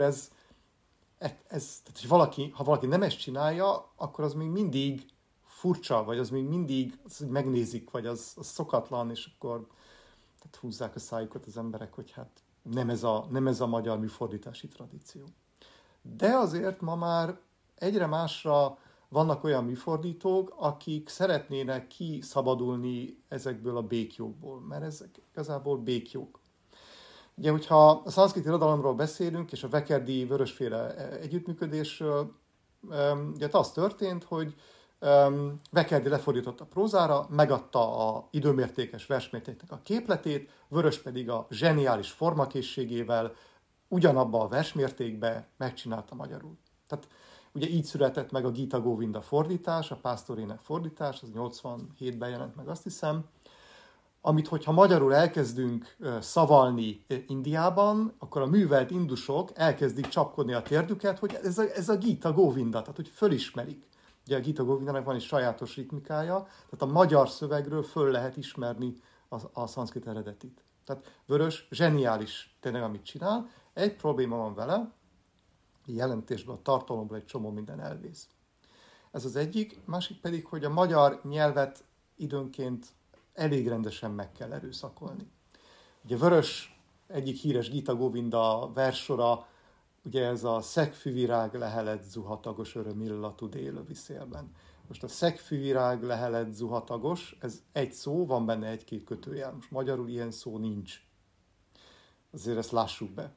tehát, hogy ha valaki nem ezt csinálja, akkor az még mindig furcsa, vagy az még mindig az megnézik, vagy az szokatlan, és akkor tehát húzzák a szájukat az emberek, hogy hát nem ez a magyar műfordítási tradíció. De azért ma már egyre másra vannak olyan műfordítók, akik szeretnének kiszabadulni ezekből a béklyókból, mert ezek igazából béklyók. Ugye, hogyha a szanszkrit irodalomról beszélünk, és a Vekerdi Vörösféle együttműködésről, ugye az történt, hogy Vekerdi lefordította prózára, megadta a időmértékes versmértéknek a képletét, Vörös pedig a zseniális formakészségével ugyanabba a versmértékbe megcsinálta magyarul. Tehát ugye így született meg a Gita Govinda fordítás, a Pásztorének fordítás, az 87-ben jelent meg, azt hiszem, amit, hogyha magyarul elkezdünk szavalni Indiában, akkor a művelt indusok elkezdik csapkodni a térdüket, hogy ez a Gita Govinda, tehát hogy fölismerik. Ugye a Gita Govindának van egy sajátos ritmikája, tehát a magyar szövegről föl lehet ismerni a szanszkrit eredetit. Tehát Vörös zseniális tényleg, amit csinál. Egy probléma van vele, a jelentésből, a tartalomból egy csomó minden elvész. Ez az egyik, másik pedig, hogy a magyar nyelvet időnként elég rendesen meg kell erőszakolni. Ugye Vörös egyik híres Gita Govinda verssora, ugye ez a szegfűvirág lehelet zuhatagos öröm illatú délövi szélben. Most a szegfűvirág lehelet zuhatagos, ez egy szó, van benne egy-két kötőjel. Most magyarul ilyen szó nincs. Azért ezt lássuk be.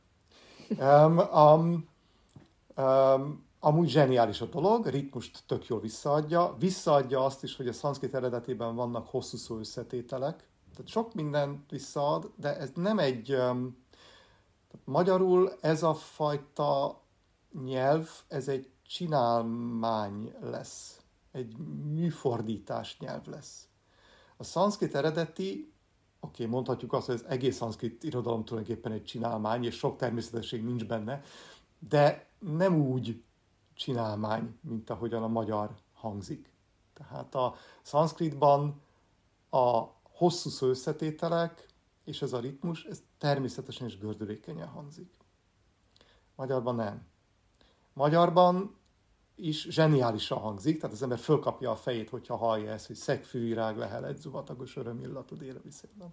Amúgy zseniális a dolog, ritmust tök jól visszaadja azt is, hogy a szanszkrit eredetében vannak hosszú szó összetételek, tehát sok mindent visszaad, de ez nem egy... Magyarul ez a fajta nyelv, ez egy csinálmány lesz, egy műfordítás nyelv lesz. A szanszkrit eredeti, mondhatjuk azt, hogy az egész szanszkrit irodalom tulajdonképpen egy csinálmány, és sok természetesség nincs benne, de nem úgy csinálmány, mint ahogyan a magyar hangzik. Tehát a szanszkritban a hosszú szó összetételek és ez a ritmus, ez természetesen és gördülékenyen hangzik. Magyarban nem. Magyarban is zseniálisan hangzik, tehát az ember fölkapja a fejét, hogyha hallja ezt, hogy szegfűvirág lehelet zuhatagos öröm illatú délövi szélben.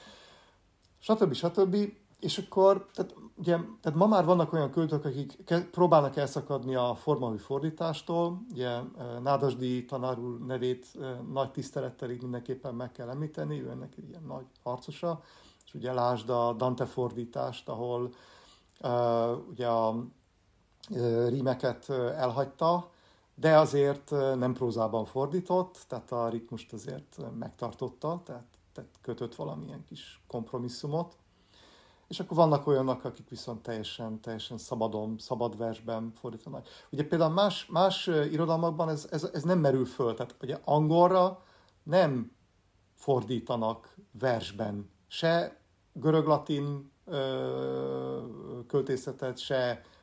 Stb. És akkor, tehát ma már vannak olyan költők, akik próbálnak elszakadni a formahű fordítástól. Ugye Nádasdy tanár úr nevét nagy tisztelettel így mindenképpen meg kell említeni, ő ennek egy ilyen nagy harcosa. És ugye lásd a Dante fordítást, ahol ugye a rímeket elhagyta, de azért nem prózában fordított, tehát a ritmust azért megtartotta, tehát kötött valamilyen kis kompromisszumot. És akkor vannak olyanok, akik viszont teljesen szabad versben fordítanak. Ugye például más irodalmakban ez nem merül föl. Tehát ugye angolra nem fordítanak versben se görög-latin költészetet, se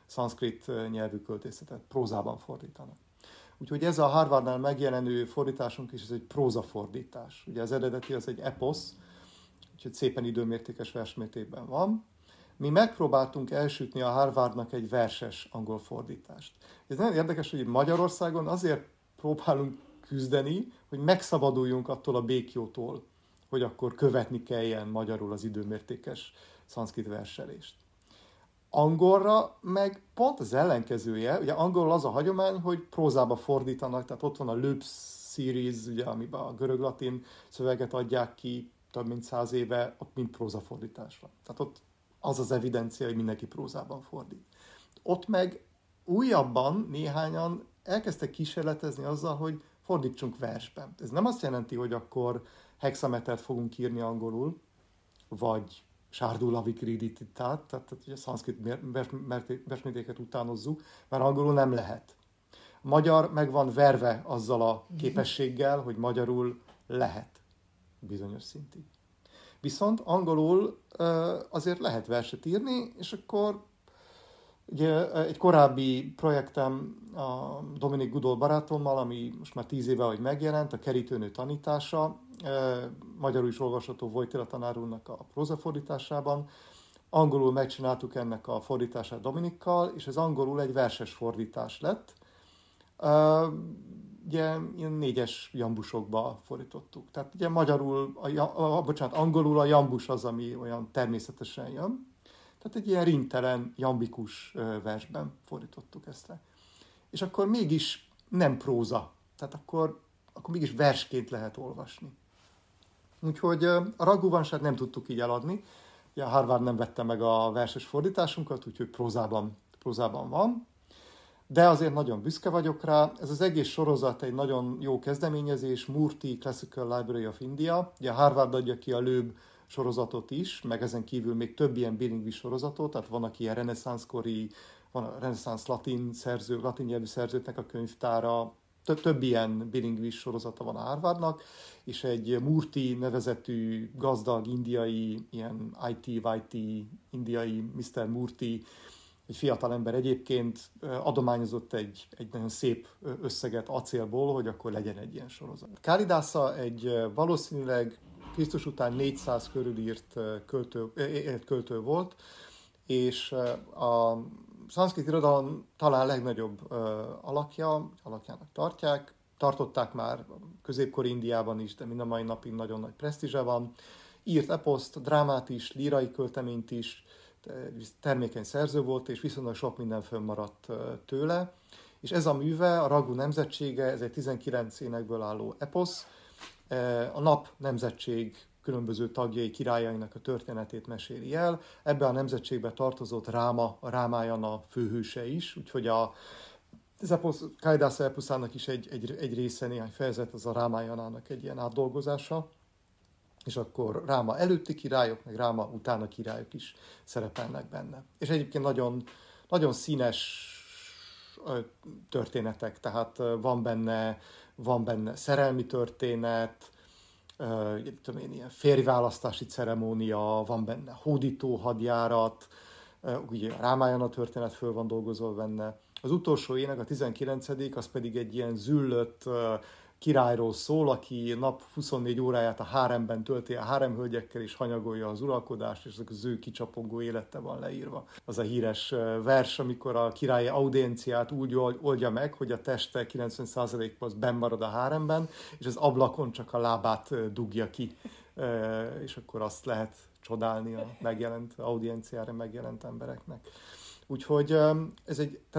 szanszkrit nyelvű költészetet prózában fordítanak. Úgyhogy ez a Harvardnál megjelenő fordításunk is, ez egy prózafordítás. Ugye az eredeti az egy eposz, úgyhogy szépen időmértékes versmértékben van. Mi megpróbáltunk elsütni a Harvardnak egy verses angol fordítást. Ez nagyon érdekes, hogy Magyarországon azért próbálunk küzdeni, hogy megszabaduljunk attól a békjótól, hogy akkor követni kelljen magyarul az időmértékes szanszkrit verselést. Angolra meg pont az ellenkezője, ugye angolul az a hagyomány, hogy prózába fordítanak, tehát ott van a Loeb Series, ugye, amiben a görög-latin szöveget adják ki több mint 100 éve, ott mind prózafordítás van. Tehát ott az az evidencia, hogy mindenki prózában fordít. Ott meg újabban néhányan elkezdtek kísérletezni azzal, hogy fordítsunk versben. Ez nem azt jelenti, hogy akkor hexametert fogunk írni angolul, vagy sárdula vikridititát, tehát hogy a szanszkrit versmértéket utánozzuk, mert angolul nem lehet. A magyar meg van verve azzal a képességgel, hogy magyarul lehet bizonyos szintig. Viszont angolul azért lehet verset írni, és akkor ugye egy korábbi projektem a Dominik Gudol barátommal, ami most már 10 éve, hogy megjelent, a Kerítőnő tanítása, magyarul is olvasható Vojtila tanár úrnak a prózafordításában. Angolul megcsináltuk ennek a fordítását Dominikkal, és ez angolul egy verses fordítás lett. Ugye ilyen 4-es jambusokba fordítottuk. Tehát ugye angolul a jambus az, ami olyan természetesen jön. Tehát egy ilyen rímtelen, jambikus versben fordítottuk ezt le. És akkor mégis nem próza. Tehát akkor mégis versként lehet olvasni. Úgyhogy a Raghuvansát nem tudtuk így eladni. Ugye a Harvard nem vette meg a verses fordításunkat, úgyhogy prózában van. De azért nagyon büszke vagyok rá. Ez az egész sorozat egy nagyon jó kezdeményezés, Murti Classical Library of India. Ugye a Harvard adja ki a Loeb sorozatot is, meg ezen kívül még több ilyen bilingvis sorozatot, tehát vannak ilyen reneszánszkori, van a reneszánsz latin nyelvű szerzőknek a könyvtára, több ilyen bilingvis sorozata van a Harvardnak, és egy Murti nevezetű gazdag indiai, ilyen IT indiai Mr. Murti, egy fiatal ember egyébként adományozott egy nagyon szép összeget acélból, hogy akkor legyen egy ilyen sorozat. Kálidásza egy valószínűleg Krisztus után 400 körül írt költő volt, és a szanszkrit irodalom talán legnagyobb alakjának tartották már középkori Indiában is, de mind a mai napig nagyon nagy presztízse van. Írt eposzt, drámát is, lírai költeményt is, termékeny szerző volt, és viszonylag sok minden fönnmaradt tőle. És ez a műve, a Raghu nemzetsége, ez egy 19 énekből álló eposz. A nap nemzetség különböző tagjai, királyainak a történetét meséli el. Ebbe a nemzetségbe tartozott Ráma, a Rámájana főhőse is, úgyhogy az Kálidásza eposzának is egy része, néhány fejezet, az a Rámájanának egy ilyen átdolgozása. És akkor Ráma előtti királyok, meg Ráma utána királyok is szerepelnek benne. És egyébként nagyon, nagyon színes történetek, tehát van benne szerelmi történet, ilyen férjválasztási ceremónia, van benne hódító hadjárat, ugye a Rámájana történet föl van dolgozva benne. Az utolsó ének, a 19., az pedig egy ilyen züllött királyról szól, aki nap 24 óráját a háremben tölti a háremhölgyekkel, és hanyagolja az uralkodást, és az ő kicsapongó élete van leírva. Az a híres vers, amikor a királyi audienciát úgy oldja meg, hogy a teste 90%-ban az benn marad a háremben, és az ablakon csak a lábát dugja ki. És akkor azt lehet csodálni a audienciára megjelent embereknek. Úgyhogy ez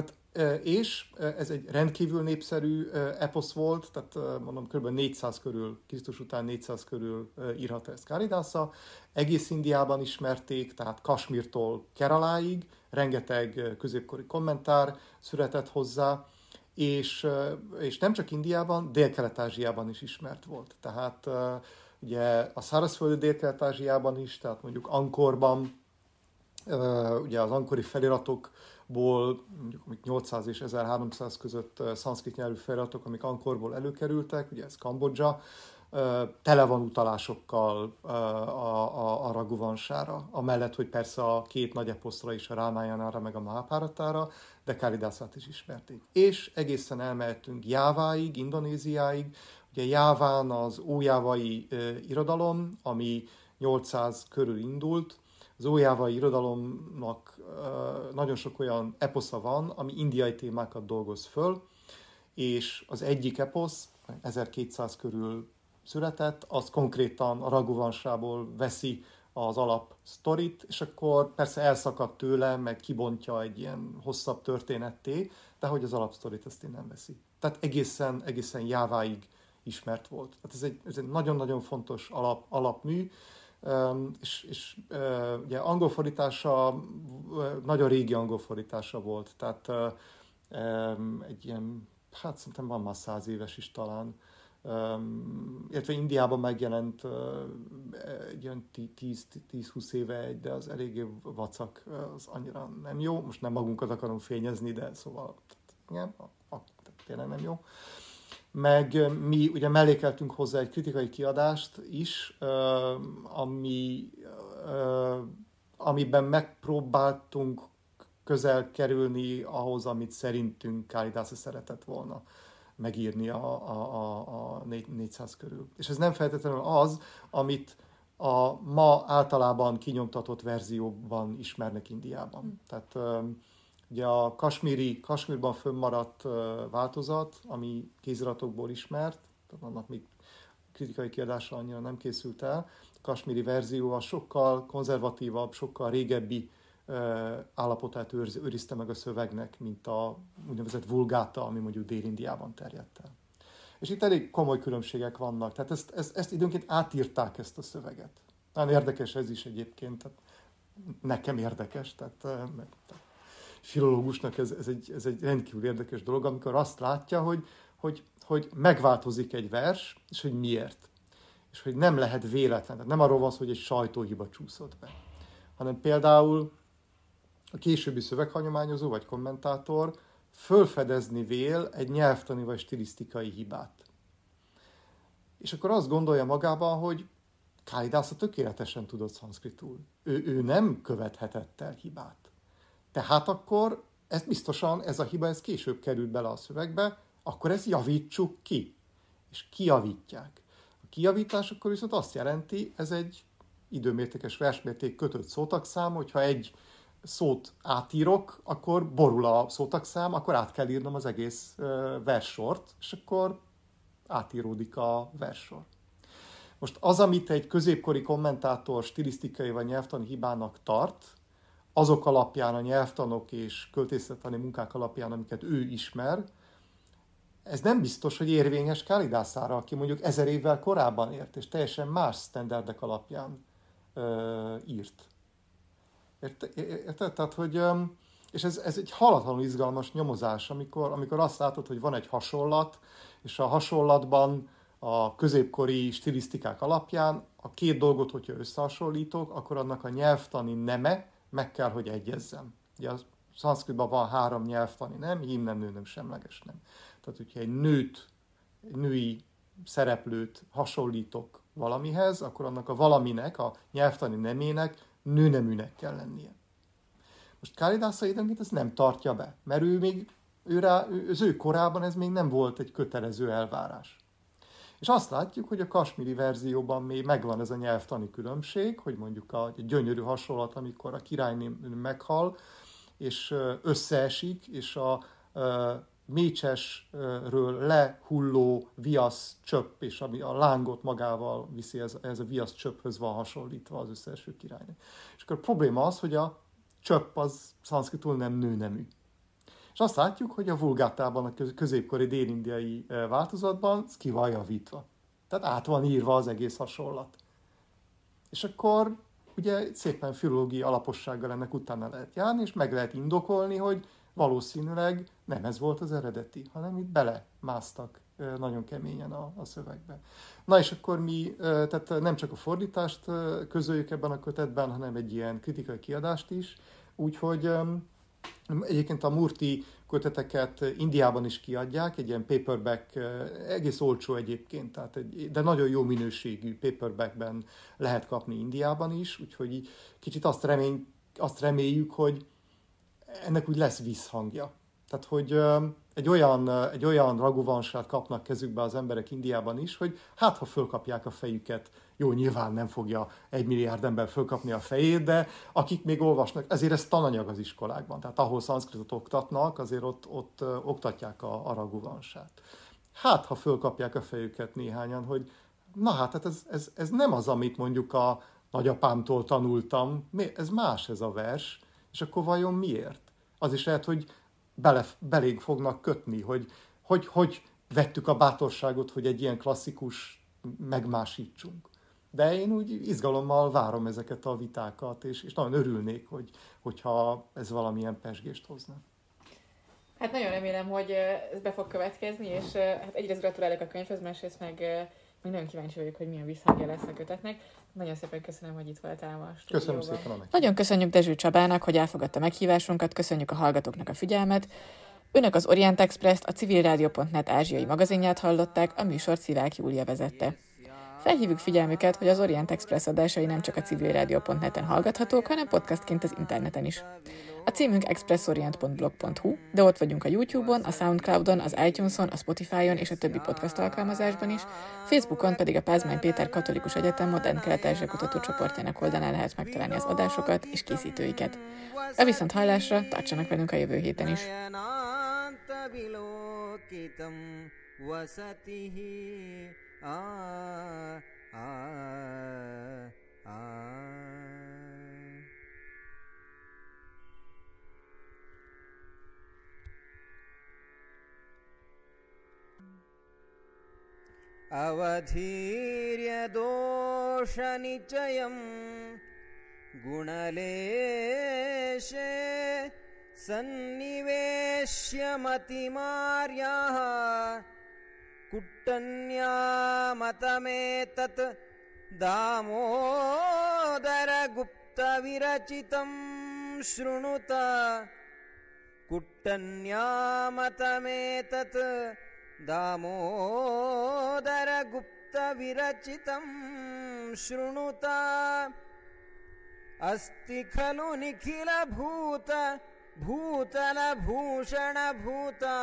egy rendkívül népszerű eposz volt, tehát mondom kb. 400 körül, Krisztus után 400 körül írhatta ezt Kálidásza. Egész Indiában ismerték, tehát Kasmírtól Keraláig, rengeteg középkori kommentár született hozzá, és nem csak Indiában, Dél-Kelet-Ázsiában is ismert volt. Tehát ugye a szárazföldi Dél-Kelet-Ázsiában is, tehát mondjuk Angkorban, ugye az angkori feliratokból, mondjuk 800 és 1300 között szanszkrit nyelvű feliratok, amik Angkorból előkerültek, ugye ez Kambodzsa, tele van utalásokkal a Raghuvansára, amellett, hogy persze a két nagy eposzra is, a Rámájánára meg a Mahabháratára, de Kalidászát is ismerték. És egészen elmehetünk Jáváig, Indonéziáig. Ugye Jáván az ójávai irodalom, ami 800 körül indult. Az ójávai irodalomnak nagyon sok olyan eposza van, ami indiai témákat dolgoz föl, és az egyik eposz 1200 körül született, az konkrétan a Raghuvansából veszi az alap sztorit, és akkor persze elszakad tőle, meg kibontja egy ilyen hosszabb történetté, de hogy az alapsztorit azt innen veszi. Tehát egészen Jáváig ismert volt. Tehát ez egy nagyon-nagyon fontos alapmű, és ugye angol fordítása, nagyon régi angol fordítása volt, tehát egy ilyen, hát szerintem van már 100 éves is talán, illetve Indiában megjelent egy olyan 10-20 éve, de az eléggé vacak, az annyira nem jó. Most nem magunkat akarom fényezni, de szóval igen, tényleg nem jó. Meg mi ugye mellékeltünk hozzá egy kritikai kiadást is, amiben megpróbáltunk közel kerülni ahhoz, amit szerintünk Kalidásza szeretett volna megírni a 400 körül. És ez nem feltétlenül az, amit a ma általában kinyomtatott verzióban ismernek Indiában. Tehát ugye a Kasmírban fönnmaradt változat, ami kéziratokból ismert, tehát annak még kritikai kiadása annyira nem készült el, a kasmíri verzió a sokkal konzervatívabb, sokkal régebbi állapotát őrizte meg a szövegnek, mint a úgynevezett vulgáta, ami mondjuk Dél-Indiában terjedt el. És itt elég komoly különbségek vannak, tehát ezt időnként átírták ezt a szöveget. Nagyon érdekes ez is egyébként, tehát nekem érdekes, tehát filológusnak ez egy rendkívül érdekes dolog, amikor azt látja, hogy megváltozik egy vers, és hogy miért. És hogy nem lehet véletlen. Tehát nem arról van szó, hogy egy sajtóhiba csúszott be, hanem például a későbbi szöveghagyományozó vagy kommentátor fölfedezni vél egy nyelvtani vagy stilisztikai hibát. És akkor azt gondolja magában, hogy Kalidásza tökéletesen tudott szanszkritul. Ő nem követhetett el hibát. Tehát akkor ez a hiba később került bele a szövegbe, akkor ezt javítsuk ki. És kijavítják. A kijavítás akkor viszont azt jelenti, ez egy időmértékes versmérték kötött szótagszám, hogyha egy szót átírok, akkor borul a szótagszám, akkor át kell írnom az egész verssort, és akkor átíródik a verssor. Most az, amit egy középkori kommentátor stilisztikai vagy nyelvtani hibának tart, azok alapján, a nyelvtanok és költészettani munkák alapján, amiket ő ismer, ez nem biztos, hogy érvényes Kalidászára, aki mondjuk 1000 évvel korábban ért, és teljesen más sztenderdek alapján írt. Érted? Tehát, hogy, és ez egy halatlanul izgalmas nyomozás, amikor azt látod, hogy van egy hasonlat, és a hasonlatban a középkori stilisztikák alapján a két dolgot, hogyha összehasonlítok, akkor annak a nyelvtani neme meg kell, hogy egyezzen. Ugye a szanszkritban van 3 nyelvtani nem, hím nem, nő nem, semleges nem. Tehát, hogyha egy női szereplőt hasonlítok valamihez, akkor annak a valaminek, a nyelvtani nemének nőneműnek kell lennie. Most Kalidásza időnként ezt nem tartja be, mert az ő korában ez még nem volt egy kötelező elvárás. És azt látjuk, hogy a kasmíri verzióban még megvan ez a nyelvtani különbség, hogy mondjuk egy gyönyörű hasonlat, amikor a királynő meghal, és összeesik, és a mécsesről lehulló viasz csöpp, és ami a lángot magával viszi, ez a viasz csöpphöz van hasonlítva az összeeső királynő. És akkor a probléma az, hogy a csöpp az szanszkritul nem nőnemű. És azt látjuk, hogy a vulgátában, a középkori dél-indiai változatban ez ki van javítva. Tehát át van írva az egész hasonlat. És akkor ugye szépen filológiai alapossággal ennek utána lehet járni, és meg lehet indokolni, hogy valószínűleg nem ez volt az eredeti, hanem itt belemásztak nagyon keményen a szövegbe. Na és akkor mi, tehát nem csak a fordítást közöljük ebben a kötetben, hanem egy ilyen kritikai kiadást is, úgyhogy Egyébként a Murti köteteket Indiában is kiadják, egy ilyen paperback, egész olcsó egyébként, de nagyon jó minőségű paperbackben lehet kapni Indiában is, úgyhogy így kicsit azt reméljük, hogy ennek úgy lesz visszhangja. Tehát, hogy egy olyan Raghuvansát kapnak kezükbe az emberek Indiában is, hogy hát, ha fölkapják a fejüket, jó, nyilván nem fogja 1 milliárd ember fölkapni a fejét, de akik még olvasnak, ezért ez tananyag az iskolákban. Tehát ahol szanszkritot oktatnak, azért ott oktatják a Raghuvansát. Hát, ha fölkapják a fejüket néhányan, hogy na hát ez nem az, amit mondjuk a nagyapámtól tanultam, ez más ez a vers, és akkor vajon miért? Az is lehet, hogy belénk fognak kötni, hogy vettük a bátorságot, hogy egy ilyen klasszikus megmásítsunk. De én úgy izgalommal várom ezeket a vitákat, és nagyon örülnék, hogyha ez valamilyen pezsgést hozna. Hát nagyon remélem, hogy ez be fog következni, és hát egyrészt gratulálok a könyvhöz, másrészt meg nagyon kíváncsi vagyok, hogy milyen visszhangja lesz a kötetnek. Nagyon szépen köszönöm, hogy itt voltál ma a stúdióban. Köszönöm szépen a meghívást. Nagyon köszönjük Dezső Csabának, hogy elfogadta meghívásunkat, köszönjük a hallgatóknak a figyelmet. Önök az Orient Express-t, a civilradio.net ázsiai magazinját hallották, a műsort Szivák Júlia vezette. Felhívjuk figyelmüket, hogy az Orient Express adásai nem csak a civilradio.net-en hallgathatók, hanem podcastként az interneten is. A címünk expressorient.blog.hu, de ott vagyunk a YouTube-on, a Soundcloud-on, az iTunes-on, a Spotify-on és a többi podcast alkalmazásban is, Facebookon pedig a Pázmány Péter Katolikus Egyetem Modern Kelet-Ázsia kutatócsoportjának oldalán lehet megtalálni az adásokat és készítőiket. A viszonthallásra, tartsanak velünk a jövő héten is! अवधीर्य दोषनिचयं गुणलेशे सन्निवेश्य मतिमार्याः कुट्टन्यामतमेतत् दामोदरगुप्तविरचितं शृणुत कुट्टन्यामतमेतत् दामोदरगुप्तविरचितं शृणुत अस्ति खलु निखिलभूतलभूषणभूता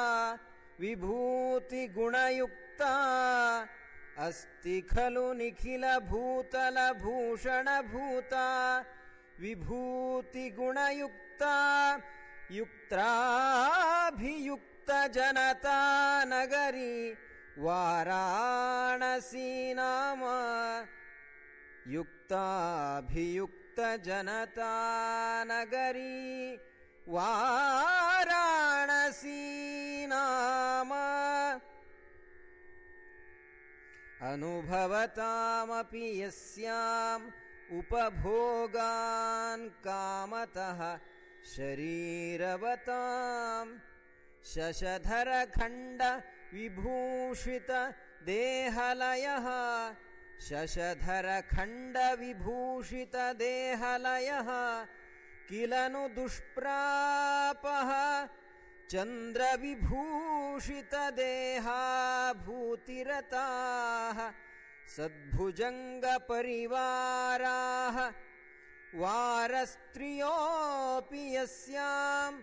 विभूतिगुणयुक्ता अस्ति खलु निखिलभूतलभूषणभूता विभूतिगुणयुक्ता युक्ताभियुक्ता जनता नगरी वाराणसी नाम युक्ताभियुक्त जनता नगरी वाराणसी नाम अनुभवतामपि यस्याम् उपभोगान् कामतः शरीरवताम् शशधरखण्ड विभूषित देहलयः शशधरखण्ड विभूषित देहलयः किल नु दुष्प्रापः चन्द्रविभूषित देहा भूतिरताः सद्भुजङ्ग परिवाराः वारस्त्रियोऽपि यस्याम्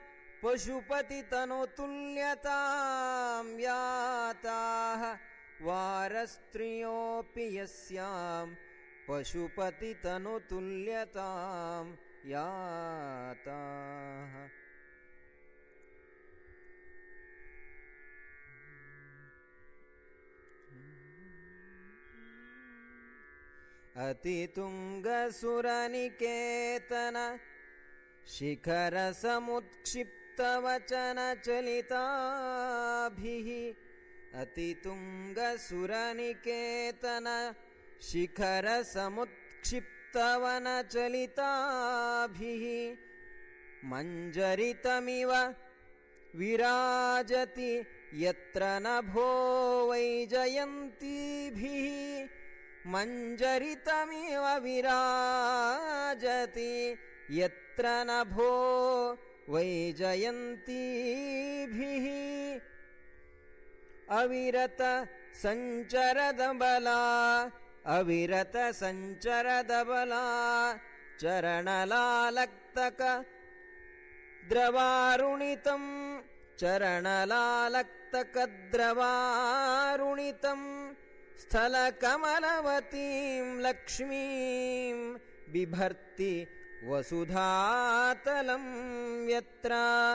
पशुपतितनुतुल्यतां याताः वारस्त्रियोऽपि यस्यां पशुपतितनुतुल्यतां याताः अतितुङ्गसुरनिकेतन शिखरसमुत्क्षिप्तवचनचलिताभिः अतितुङ्गसुरनिकेतन शिखरसमुत्क्षिप्तवनचलिताभिः मञ्जरितमिव विराजति यत्र नभो वैजयन्तीभिः मञ्जरितमिव विराजति यत्र नभो वैजयन्तीभिः अविरत संचरदबला अविरत संचरदबला चरणलालक्तक द्रवारुणितं चरणलालक्तकद्रवारुणितं स्थलकमलवतीं लक्ष्मीं बिभर्ति वसुधातलं यत्र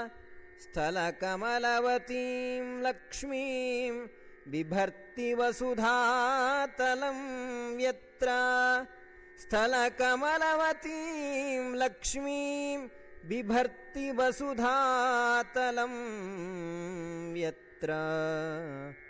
स्थलकमलवतीं लक्ष्मीं बिभर्ति वसुधातलं यत्र स्थलकमलवतीं लक्ष्मीं बिभर्ति वसुधातलं यत्र।